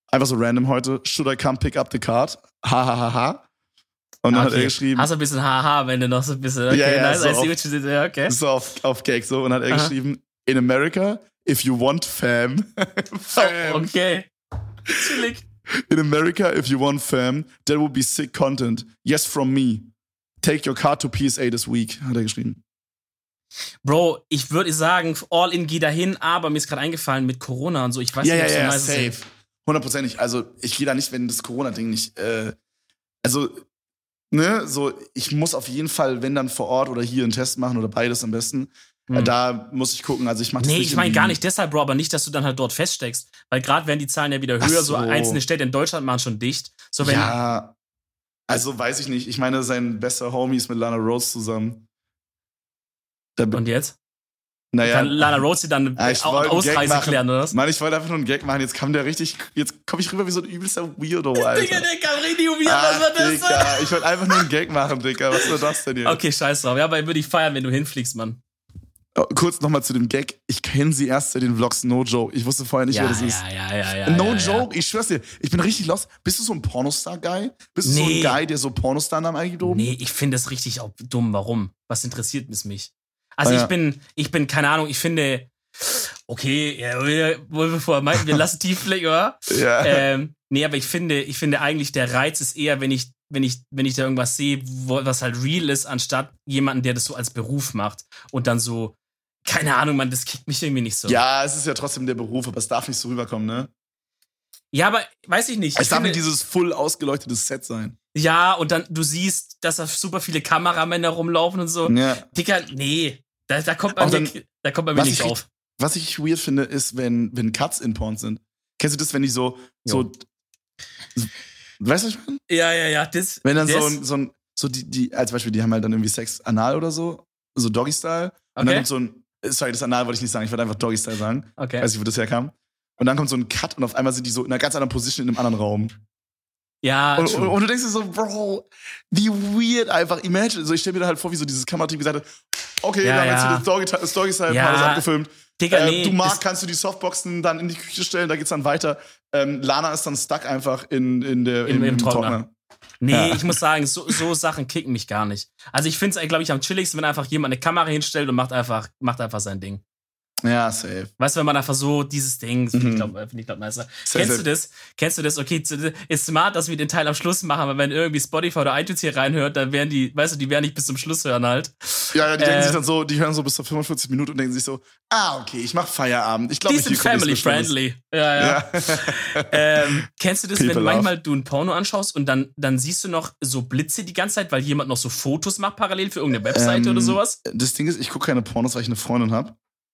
einfach so random heute, should I come pick up the card? Ha, ha, ha, ha. Und dann okay. hat er geschrieben. Hast du ein bisschen Haha, wenn du noch so ein bisschen. Okay, ja, ja, nice, so I see auf, what you did there, okay. So auf, auf Gag so. Und hat er Aha. geschrieben, in America, if you want fam. fam. Oh, okay. Chillig. In America, if you want fam, that would be sick content. Yes, from me. Take your card to P S A this week, hat er geschrieben. Bro, ich würde sagen, all in geh dahin, aber mir ist gerade eingefallen mit Corona und so. Ich weiß Ja, nicht, ja, ob so ja, nice safe. ist. Hundertprozentig. Also, ich gehe da nicht, wenn das Corona-Ding nicht, äh, also, ne, so, ich muss auf jeden Fall, wenn dann vor Ort oder hier einen Test machen oder beides am besten. Hm. Äh, da muss ich gucken. Also, ich mache das Nee, nicht ich meine irgendwie- gar nicht deshalb, Bro, aber nicht, dass du dann halt dort feststeckst. Weil gerade werden die Zahlen ja wieder höher, Ach so. so. einzelne Städte in Deutschland machen schon dicht. So, wenn, Ja, also, weiß ich nicht. Ich meine, sein bester Homie ist mit Lana Rose zusammen. Da, Und jetzt? naja, Kann Lana Rose dann Ah, ich Au- wollte einen Gag Ausreise machen. klären, oder was? Mann, ich wollte einfach nur einen Gag machen. Jetzt kam der richtig, jetzt komme ich rüber wie so ein übelster Weirdo, Alter. Digga, der kam richtig weird, Ach, was war das? Digga, ich wollte einfach nur einen Gag machen, Digga. Was ist das denn hier? Okay, scheiß drauf. Ja, aber würde ich feiern, wenn du hinfliegst, Mann. Oh, kurz nochmal zu dem Gag. Ich kenne sie erst seit den Vlogs No Joke. Ich wusste vorher nicht, Ja, wer das ist. ja, ja, ja, ja. No ja, Joke, ich schwör's dir. Ich bin richtig lost. Bist du so ein Pornostar-Guy? Bist du so Nee. ein Guy, der so Pornostar-Namen eingibt Ja. oben? Nee, ich finde das richtig auch dumm. Warum? Was interessiert es mich? Also Ah, ich ja. bin, ich bin, keine Ahnung, ich finde, okay, ja, wir, bevor meinten, wir lassen tief blicken, oder? Ja. ähm, nee, aber ich finde, ich finde eigentlich, der Reiz ist eher, wenn ich, wenn ich, wenn ich da irgendwas sehe, wo, was halt real ist, anstatt jemanden, der das so als Beruf macht und dann so, keine Ahnung, man, das kickt mich irgendwie nicht so. Ja, es ist ja trotzdem der Beruf, aber es darf nicht so rüberkommen, ne? Ja, aber weiß ich nicht. Es Ich darf finde, nicht dieses voll ausgeleuchtete Set sein. ja, und dann, du siehst, dass da super viele Kameramänner rumlaufen und so. Ja. Dicker, nee, da, da kommt bei Auch mir, dann- da kommt bei mir was nichts ich- auf. Was ich weird finde, ist, wenn, wenn Cuts in Porn sind. Kennst du das, wenn die so, so, weißt du, was ich meine? Ja, ja, ja, das. Wenn dann das, so ein, so ein, so die, die, als Beispiel, die haben halt dann irgendwie Sex anal oder so, so Doggy-Style. Und dann Okay. kommt so ein, sorry, das Anal wollte ich nicht sagen, ich wollte einfach Doggy-Style sagen. Okay. Weiß nicht, wo das herkam. Und dann kommt so ein Cut und auf einmal sind die so in einer ganz anderen Position in einem anderen Raum. Ja, Und, und, true. und du denkst dir so, Bro, wie weird einfach. Imagine, so ich stell mir da halt vor, wie so dieses Kamerateam gesagt hat, okay, Ja, wir haben ja. jetzt hier das Doggy- das Doggy-Style Ja. mal das abgefilmt. Digga, Äh, nee. du magst, das, kannst du die Softboxen dann in die Küche stellen, da geht's dann weiter. Ähm, Lana ist dann stuck einfach in, in der, Im- im, im im Trockner. Trockner. nee, Ja. ich muss sagen, so, so Sachen kicken mich gar nicht. Also ich finde es, glaube ich, am chilligsten, wenn einfach jemand eine Kamera hinstellt und macht einfach, macht einfach sein Ding. Ja, safe. Weißt du, wenn man einfach so dieses Ding, Mhm. ich glaube, finde ich glaub, nicer. Safe, Kennst safe. du das? Kennst du das? Okay, zu- ist smart, dass wir den Teil am Schluss machen, aber wenn irgendwie Spotify oder iTunes hier reinhört, dann werden die, weißt du, die werden nicht bis zum Schluss hören halt. Ja, ja, die Äh, denken sich dann so, die hören so bis zu fünfundvierzig Minuten und denken sich so, ah, okay, ich mach Feierabend. Ich glaube, Die sind family friendly. Ja, ja. Ja. Ähm, kennst du das, People wenn love. manchmal du ein Porno anschaust und dann, dann siehst du noch so Blitze die ganze Zeit, weil jemand noch so Fotos macht parallel für irgendeine Webseite Ähm, oder sowas? Das Ding ist, ich gucke keine Pornos, weil ich eine Freundin habe.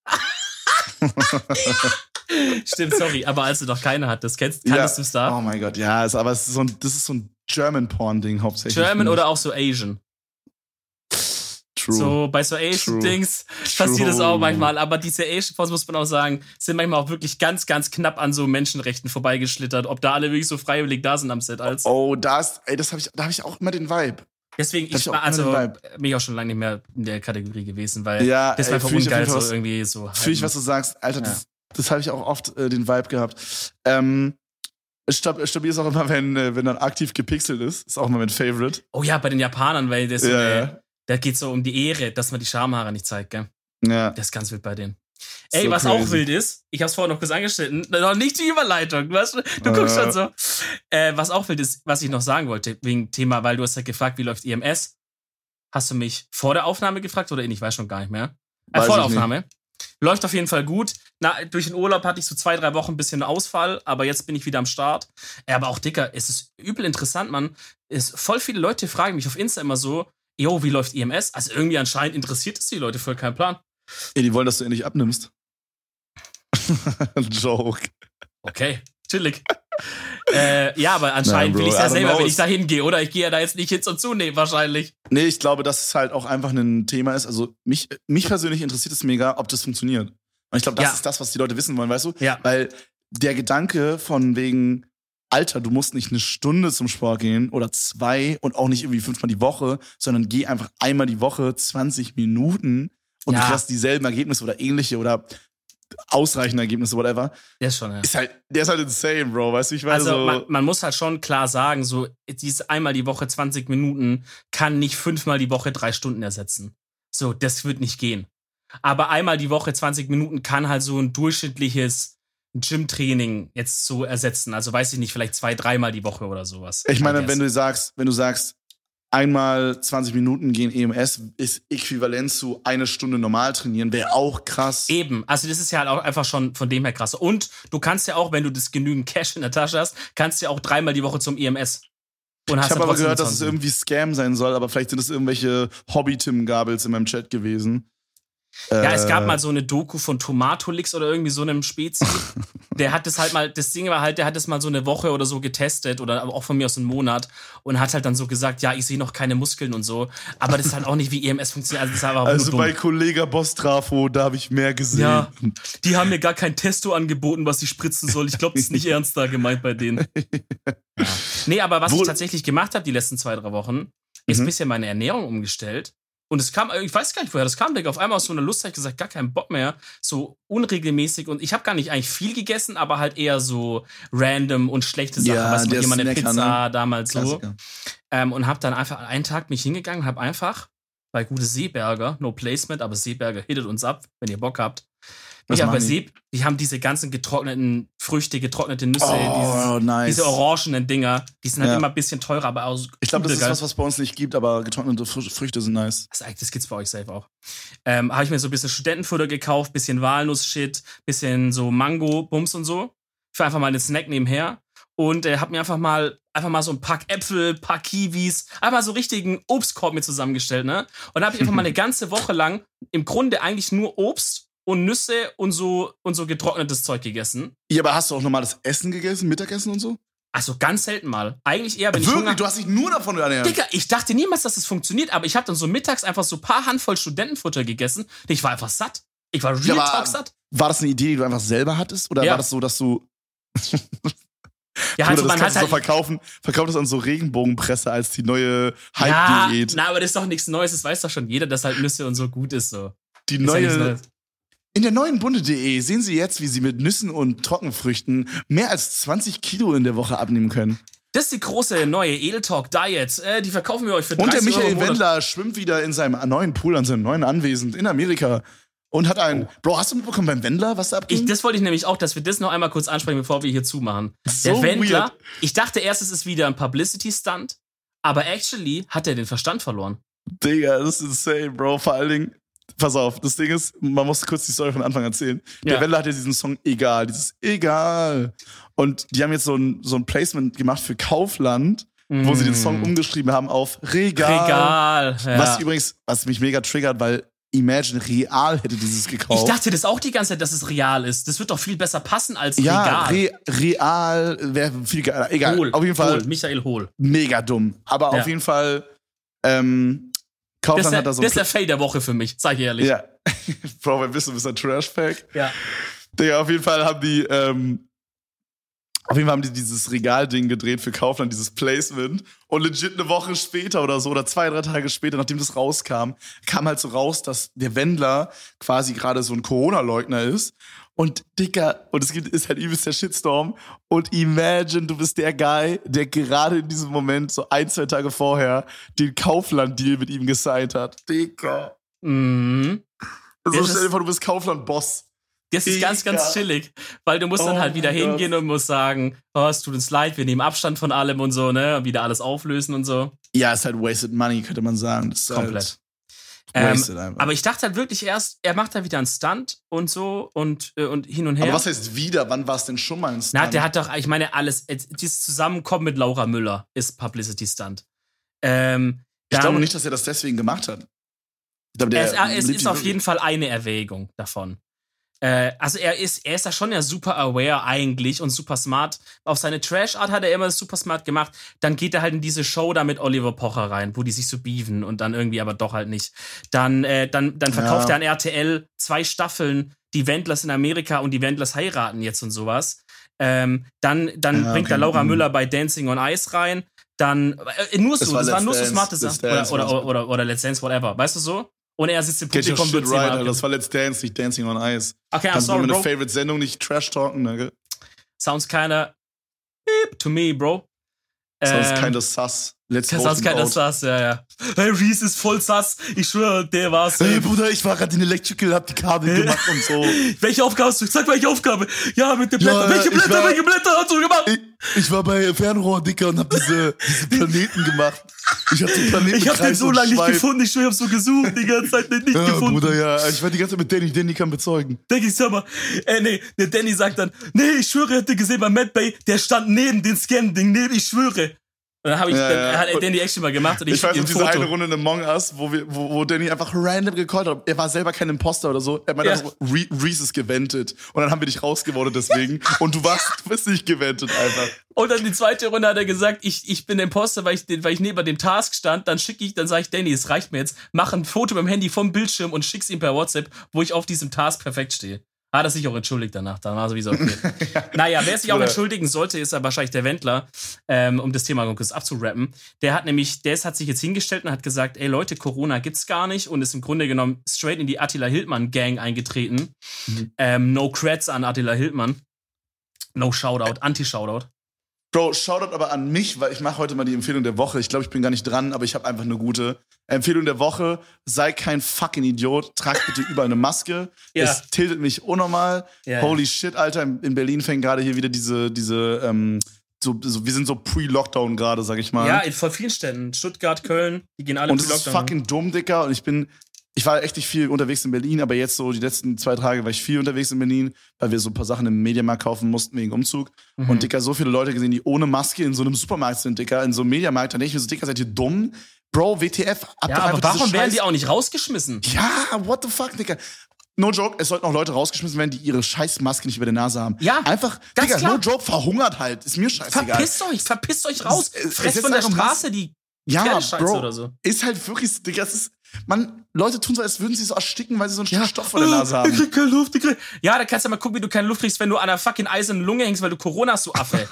Stimmt, sorry, aber als du doch keine hattest, kennst, kanntest du es da? Oh mein Gott, ja, ist, aber es ist so ein, das ist so ein German-Porn-Ding hauptsächlich. German finde oder auch so Asian? ich. True. So bei so True. Asian-Dings passiert das True. auch manchmal, aber diese Asian-Porns, muss man auch sagen, sind manchmal auch wirklich ganz, ganz knapp an so Menschenrechten vorbeigeschlittert, ob da alle wirklich so freiwillig da sind am Set als. Oh, da ist, ey, das habe ich, da habe ich auch immer den Vibe. Deswegen, Das ich ist war auch also, immer der bin ich auch schon lange nicht mehr in der Kategorie gewesen, weil Ja, das war ey, einfach fühl ich auf ungeil, jeden Fall so was- irgendwie so. Fühl ich, was du sagst. Alter, Ja. das, das habe ich auch oft äh, den Vibe gehabt. Ähm, stab, stabil ist auch immer, wenn, äh, wenn dann aktiv gepixelt ist. Ist auch immer mein Favorite. Oh ja, bei den Japanern, weil das so Ja, eine, ja. da geht so um die Ehre, dass man die Schamhaare nicht zeigt, gell? Ja. Das ist ganz wild bei denen. Ey, So was crazy. auch wild ist, ich hab's vorher noch kurz angeschnitten, noch nicht die Überleitung, weißt du? Du guckst Äh. schon so. Äh, was auch wild ist, was ich noch sagen wollte, wegen Thema, weil du hast ja gefragt, wie läuft I M S? Hast du mich vor der Aufnahme gefragt oder ich weiß schon gar nicht mehr? Äh, Weiß vor der ich nicht. Aufnahme. Läuft auf jeden Fall gut. Na, durch den Urlaub hatte ich so zwei, drei Wochen ein bisschen Ausfall, aber jetzt bin ich wieder am Start. Äh, aber auch, Dicker, es ist übel interessant, Mann. Es, voll viele Leute fragen mich auf Insta immer so, yo, wie läuft I M S? Also irgendwie anscheinend interessiert es die Leute voll, kein Plan. Ey, die wollen, dass du endlich abnimmst. Joke. Okay, chillig. äh, ja, aber anscheinend Nein, will Bro, ich ja I don't selber, know. wenn ich da hingehe, oder? Ich gehe ja da jetzt nicht hin zum Zunehmen, wahrscheinlich. Nee, ich glaube, dass es halt auch einfach ein Thema ist. Also mich, mich persönlich interessiert es mega, ob das funktioniert. Und ich glaube, das Ja. ist das, was die Leute wissen wollen, weißt du? Ja. Weil der Gedanke von wegen, Alter, du musst nicht eine Stunde zum Sport gehen oder zwei und auch nicht irgendwie fünfmal die Woche, sondern geh einfach einmal die Woche zwanzig Minuten und Ja. du hast dieselben Ergebnisse oder ähnliche oder ausreichende Ergebnisse, whatever. Der ist schon, ja. Ist halt, der ist halt insane, Bro, weißt du, ich meine also so... man, man muss halt schon klar sagen, so dieses einmal die Woche zwanzig Minuten kann nicht fünfmal die Woche drei Stunden ersetzen. So, das wird nicht gehen. Aber einmal die Woche zwanzig Minuten kann halt so ein durchschnittliches Gym-Training jetzt so ersetzen. Also weiß ich nicht, vielleicht zwei, dreimal die Woche oder sowas. Ich meine, wenn du sagst, wenn du sagst, einmal zwanzig Minuten gehen E M S ist äquivalent zu eine Stunde normal trainieren, wäre auch krass. Eben, also das ist ja halt auch einfach schon von dem her krass. Und du kannst ja auch, wenn du das genügend Cash in der Tasche hast, kannst du ja auch dreimal die Woche zum E M S. Und hast ich habe aber gehört, dass es irgendwie Scam sein soll, aber vielleicht sind es irgendwelche Hobby-Tim-Gabels in meinem Chat gewesen. Ja, äh, es gab mal so eine Doku von Tomatolix oder irgendwie so einem Spezi. Der hat das halt mal, das Ding war halt, der hat das mal so eine Woche oder so getestet oder auch von mir aus einen Monat und hat halt dann so gesagt, ja, ich sehe noch keine Muskeln und so. Aber das ist halt auch nicht wie E M S funktioniert. Also, das ist einfach also nur bei dumm. Kollega Bostrafo, da habe ich mehr gesehen. Ja, die haben mir gar kein Testo angeboten, was ich spritzen soll. Ich glaube, das ist nicht ernst da gemeint bei denen. Ja. Nee, aber was Wo- ich tatsächlich gemacht habe die letzten zwei, drei Wochen, ist ein Mhm. bisschen meine Ernährung umgestellt. Und es kam, ich weiß gar nicht, woher das kam, Digga. Auf einmal aus so einer Lust habe ich gesagt, gar keinen Bock mehr. So unregelmäßig. Und ich habe gar nicht eigentlich viel gegessen, aber halt eher so random und schlechte Sachen. Ja, Weißt du, der jemand eine Snacker, Pizza ne? damals so. Klassiker. Ähm, und habe dann einfach einen Tag mich hingegangen und habe einfach bei gute Seeberger, no placement, aber Seeberger hittet uns ab, wenn ihr Bock habt. Was Ja, bei machen die? See, die haben diese ganzen getrockneten Früchte, getrocknete Nüsse, Oh, dieses, nice. diese orangenen Dinger. Die sind halt Ja. immer ein bisschen teurer, aber auch Ich glaube, das ist geil. was, was bei uns nicht gibt, aber getrocknete Fr- Früchte sind nice. Das, das gibt's bei euch safe auch. Ähm, habe ich mir so ein bisschen Studentenfutter gekauft, bisschen Walnuss-Shit, bisschen so Mango-Bums und so. Für einfach mal einen Snack nebenher. Und äh, hab mir einfach mal einfach mal so ein Pack Äpfel, Pack Kiwis, einfach so richtigen Obstkorb mir zusammengestellt, ne? Und da habe ich einfach mal eine ganze Woche lang im Grunde eigentlich nur Obst und Nüsse und so und so getrocknetes Zeug gegessen. Ja, aber hast du auch normales Essen gegessen, Mittagessen und so? Also ganz selten mal. Eigentlich eher, wenn ich Wirklich? Hunger... Du hast dich nur davon ernährt? Digga, ich dachte niemals, dass das funktioniert, aber ich habe dann so mittags einfach so ein paar Handvoll Studentenfutter gegessen. Ich war einfach satt. Ich war real Ja, aber talk satt. War das eine Idee, die du einfach selber hattest? Oder Ja. war das so, dass du... Ja, Bruder, also das man kannst hat du so halt... verkaufen, verkauft das an so Regenbogenpresse als die neue Ja, Hype-Diät. na, aber das ist doch nichts Neues. Das weiß doch schon jeder, dass halt Nüsse und so gut ist. So. die Ist ja nichts neue... Neues. In der neuen Bunde.de sehen Sie jetzt, wie Sie mit Nüssen und Trockenfrüchten mehr als zwanzig Kilo in der Woche abnehmen können. Das ist die große neue Edeltalk Diet. Äh, die verkaufen wir euch für Und der dreißig Euro Michael im Monat. Wendler schwimmt wieder in seinem neuen Pool an seinem neuen Anwesen in Amerika und hat ein... Bro, hast du mitbekommen beim Wendler, was da abging? Ich, das wollte ich nämlich auch, dass wir das noch einmal kurz ansprechen, bevor wir hier zumachen. So Der Wendler, weird. ich dachte erst, es ist wieder ein Publicity-Stunt, aber actually hat er den Verstand verloren. Digga, das ist insane, Bro. Vor allen Dingen, pass auf, das Ding ist, man muss kurz die Story von Anfang erzählen. Der Ja. Wendler hat ja diesen Song Egal, dieses Egal. Und die haben jetzt so ein, so ein Placement gemacht für Kaufland, wo sie den Song umgeschrieben haben auf Regal. Regal. Ja. Was übrigens, was mich mega triggert, weil Imagine Real hätte dieses gekauft. Ich dachte das auch die ganze Zeit, dass es real ist. Das wird doch viel besser passen als ja, Regal. Re Real wäre viel geiler. Egal, Hohl, auf jeden Fall Hohl, Michael Hohl. mega dumm. Aber Ja. auf jeden Fall, ähm, Das Kaufland ist, der, hat da so das ist der Fail der Woche für mich, sag ich ehrlich. Ja. Bro, wer bist du, bist ein Trash-Pack? Ja. Digga, auf jeden Fall haben die, ähm, auf jeden Fall haben die dieses Regalding gedreht für Kaufland, dieses Placement. Und legit eine Woche später oder so, oder zwei, drei Tage später, nachdem das rauskam, kam halt so raus, dass der Wendler quasi gerade so ein Corona-Leugner ist. Und Dicker, und es gibt, ist halt übelst der Shitstorm. Und imagine, du bist der Guy, der gerade in diesem Moment, so ein, zwei Tage vorher, den Kaufland-Deal mit ihm gesigned hat. Dicker. Mhm. Also Das stell dir ist- vor, du bist Kaufland-Boss. Das ist ganz, ganz Digga. chillig. Weil du musst dann Oh halt wieder mein Gott. hingehen und musst sagen, oh, es tut uns leid, wir nehmen Abstand von allem und so, ne? Und wieder alles auflösen und so. Ja, ist halt wasted money, könnte man sagen. Das ist Komplett. Halt Ähm, wasted einfach. aber ich dachte halt wirklich erst, er macht da wieder einen Stunt und so und, äh, und hin und her. Aber was heißt wieder? Wann war es denn schon mal ein Stunt? Na, der hat doch, ich meine, alles, äh, dieses Zusammenkommen mit Laura Müller ist Publicity-Stunt. Ähm, ich dann- glaube nicht, dass er das deswegen gemacht hat. Ich glaube, der Es, äh, es liebt ist ihn auf wirklich. jeden Fall eine Erwägung davon. Äh, also er ist, er ist da schon ja super aware eigentlich und super smart. Auf seine Trash-Art hat er immer das super smart gemacht. Dann geht er halt in diese Show da mit Oliver Pocher rein, wo die sich so beefen und dann irgendwie aber doch halt nicht. Dann, äh, dann, dann verkauft Ja. er an R T L zwei Staffeln, die Wendlers in Amerika und die Wendlers heiraten jetzt und sowas. Ähm, dann dann Ja, bringt okay. er Laura Mhm. Müller bei Dancing on Ice rein. Dann, äh, nur so, Das das, war waren Let's nur so Dance. smarte Let's Sachen. Oder, Dance oder, war das. oder, oder, oder Let's Dance, whatever. Weißt du so? Und er sitzt im Get your Publikum. shit right, Alter. Das war Let's Dance, nicht Dancing on Ice. Okay, I'm Kannst sorry, du bro. meine Favorite-Sendung nicht trash-talken, ne? Sounds kinda beep to me, bro. Sounds Ähm, kinda sus. Let's Das vote ist him keiner out. Sass, ja, ja. Hey, Reese ist voll Sass. Ich schwöre, der war's. Hey, Bruder, ich war gerade in Electrical, hab die Kabel gemacht und so. Welche Aufgabe hast du? Sag, welche Aufgabe? Ja, mit den Ja, Blättern. welche ich Blätter, war- welche Blätter hast du gemacht? Ich, ich war bei Fernrohr, Dicker, und hab diese, diese Planeten gemacht. Ich hab den Planeten Ich hab den Kreis so und lange nicht Schweif. gefunden. Ich schwöre, ich hab so gesucht, die ganze Zeit nicht Ja, gefunden. Bruder, ja. Ich war die ganze Zeit mit Danny. Danny kann bezeugen. Denke ich, sag mal, äh, nee, der Danny sagt dann, nee, ich schwöre, er hätte gesehen bei Matt Bay, der stand neben den Scan-Ding, neben, ich schwöre. Und dann, hab ich, Ja, dann ja. hat er Danny Action mal gemacht und ich, Ich weiß ihm noch, diese Foto. eine Runde in Among Us, wo, wir, wo, wo Danny einfach random gecallt hat. Er war selber kein Imposter oder so. Er hat meinte Ja. einfach, Re Reese ist gewendet. Und dann haben wir dich rausgewotet deswegen. Und du warst, du bist nicht gewendet einfach. Und dann die zweite Runde hat er gesagt, ich, ich bin Imposter, weil ich, den- weil ich neben dem Task stand. Dann schicke ich, dann sage ich, Danny, es reicht mir jetzt. Mach ein Foto mit dem Handy vom Bildschirm und schick's ihm per WhatsApp, wo ich auf diesem Task perfekt stehe. Hat er sich auch entschuldigt danach. Dann war sowieso okay. Naja, wer sich auch Bruder. entschuldigen sollte, ist ja wahrscheinlich der Wendler, ähm, um das Thema mal kurz abzurappen. Der hat nämlich, der ist, hat sich jetzt hingestellt und hat gesagt, ey Leute, Corona gibt's gar nicht und ist im Grunde genommen straight in die Attila Hildmann-Gang eingetreten. Mhm. Ähm, no creds an Attila Hildmann. No Shoutout, Anti-Shoutout. Bro, Shoutout aber an mich, weil ich mache heute mal die Empfehlung der Woche. Ich glaube, ich bin gar nicht dran, aber ich habe einfach eine gute Empfehlung der Woche. Sei kein fucking Idiot. Trag bitte überall eine Maske. Ja. Es tiltet mich unnormal. Ja, Holy ja. shit, Alter. In in Berlin fängt gerade hier wieder diese, diese, ähm, so, so, wir sind so pre-Lockdown gerade, sag ich mal. Ja, in voll vielen Städten. Stuttgart, Köln, die gehen alle Und in es ist Lockdown. fucking dumm, Dicker. Und ich bin, ich war echt nicht viel unterwegs in Berlin, aber jetzt so die letzten zwei Tage war ich viel unterwegs in Berlin, weil wir so ein paar Sachen im Mediamarkt kaufen mussten wegen Umzug. Mhm. Und Dicker, so viele Leute gesehen, die ohne Maske in so einem Supermarkt sind, Dicker, in so einem Mediamarkt. Da denke ich mir so, Dicker, seid ihr dumm? Bro, W T F, ab Ja, doch aber einfach diese warum werden Scheiß- die auch nicht rausgeschmissen? Ja, what the fuck, Dicker. No joke, es sollten auch Leute rausgeschmissen werden, die ihre scheiß Maske nicht über der Nase haben. Ja, Einfach, ganz Digga, klar. no joke, verhungert halt. Ist mir scheißegal. Verpisst euch, verpisst euch raus. Es- es- es Fresst ist von der einfach Straße die Ja, Pferdescheiße Bro, oder so. ist halt wirklich, Digga, es ist, man, Leute tun so, als würden sie so ersticken, weil sie so einen Stück Stoff vor der Nase Ich haben. krieg keine Luft, ich krieg... Ja, da kannst du mal gucken, wie du keine Luft kriegst, wenn du an einer fucking eisernen Lunge hängst, weil du Corona hast, du Affe.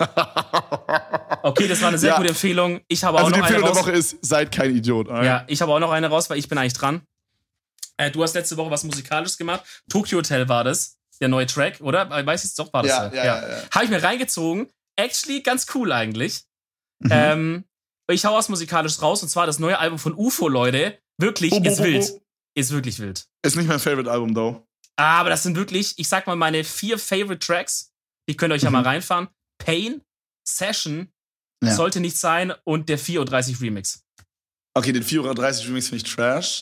Okay, das war eine sehr Ja. gute Empfehlung. Ich habe Also auch die noch eine Empfehlung der raus. Woche ist, seid kein Idiot. alright? Ja, ich habe auch noch eine raus, weil ich bin eigentlich dran. Äh, du hast letzte Woche was Musikalisches gemacht. Tokyo Hotel war das. Der neue Track, oder? Weiß ich doch, war das Ja, ja, ja, ja. Habe ich mir reingezogen. Actually ganz cool eigentlich. Mhm. Ähm, ich hau was Musikalisches raus und zwar das neue Album von U F O, Leute. Wirklich, Bo, bo, ist bo, wild. bo. Ist wirklich wild. Ist nicht mein Favorite Album, though. Aber das sind wirklich, ich sag mal, meine vier Favorite Tracks. Die könnt ihr euch ja Mhm. mal reinfahren. Pain, Session, Ja. Sollte nicht sein und der vier Uhr dreißig Remix. Okay, den vier Uhr dreißig Remix finde ich trash.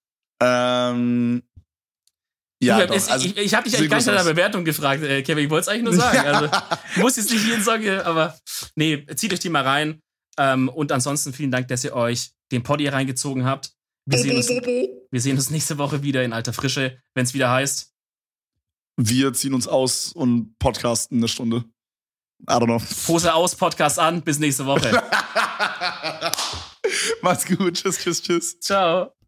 Ähm, ja, ich doch, es, also, ich, ich habe dich sieht eigentlich gar nicht gut nach aus. der Bewertung gefragt, äh, Kevin. Ich wollte es eigentlich nur sagen. Also, ich muss jetzt nicht jeden Song, aber nee, zieht euch die mal rein. Ähm, und ansonsten vielen Dank, dass ihr euch den Poddy reingezogen habt. Wir sehen, uns, wir sehen uns nächste Woche wieder in alter Frische, wenn es wieder heißt. Wir ziehen uns aus und podcasten eine Stunde. I don't know. Hose aus, Podcast an. Bis nächste Woche. Macht's gut. Tschüss, tschüss, tschüss. Ciao.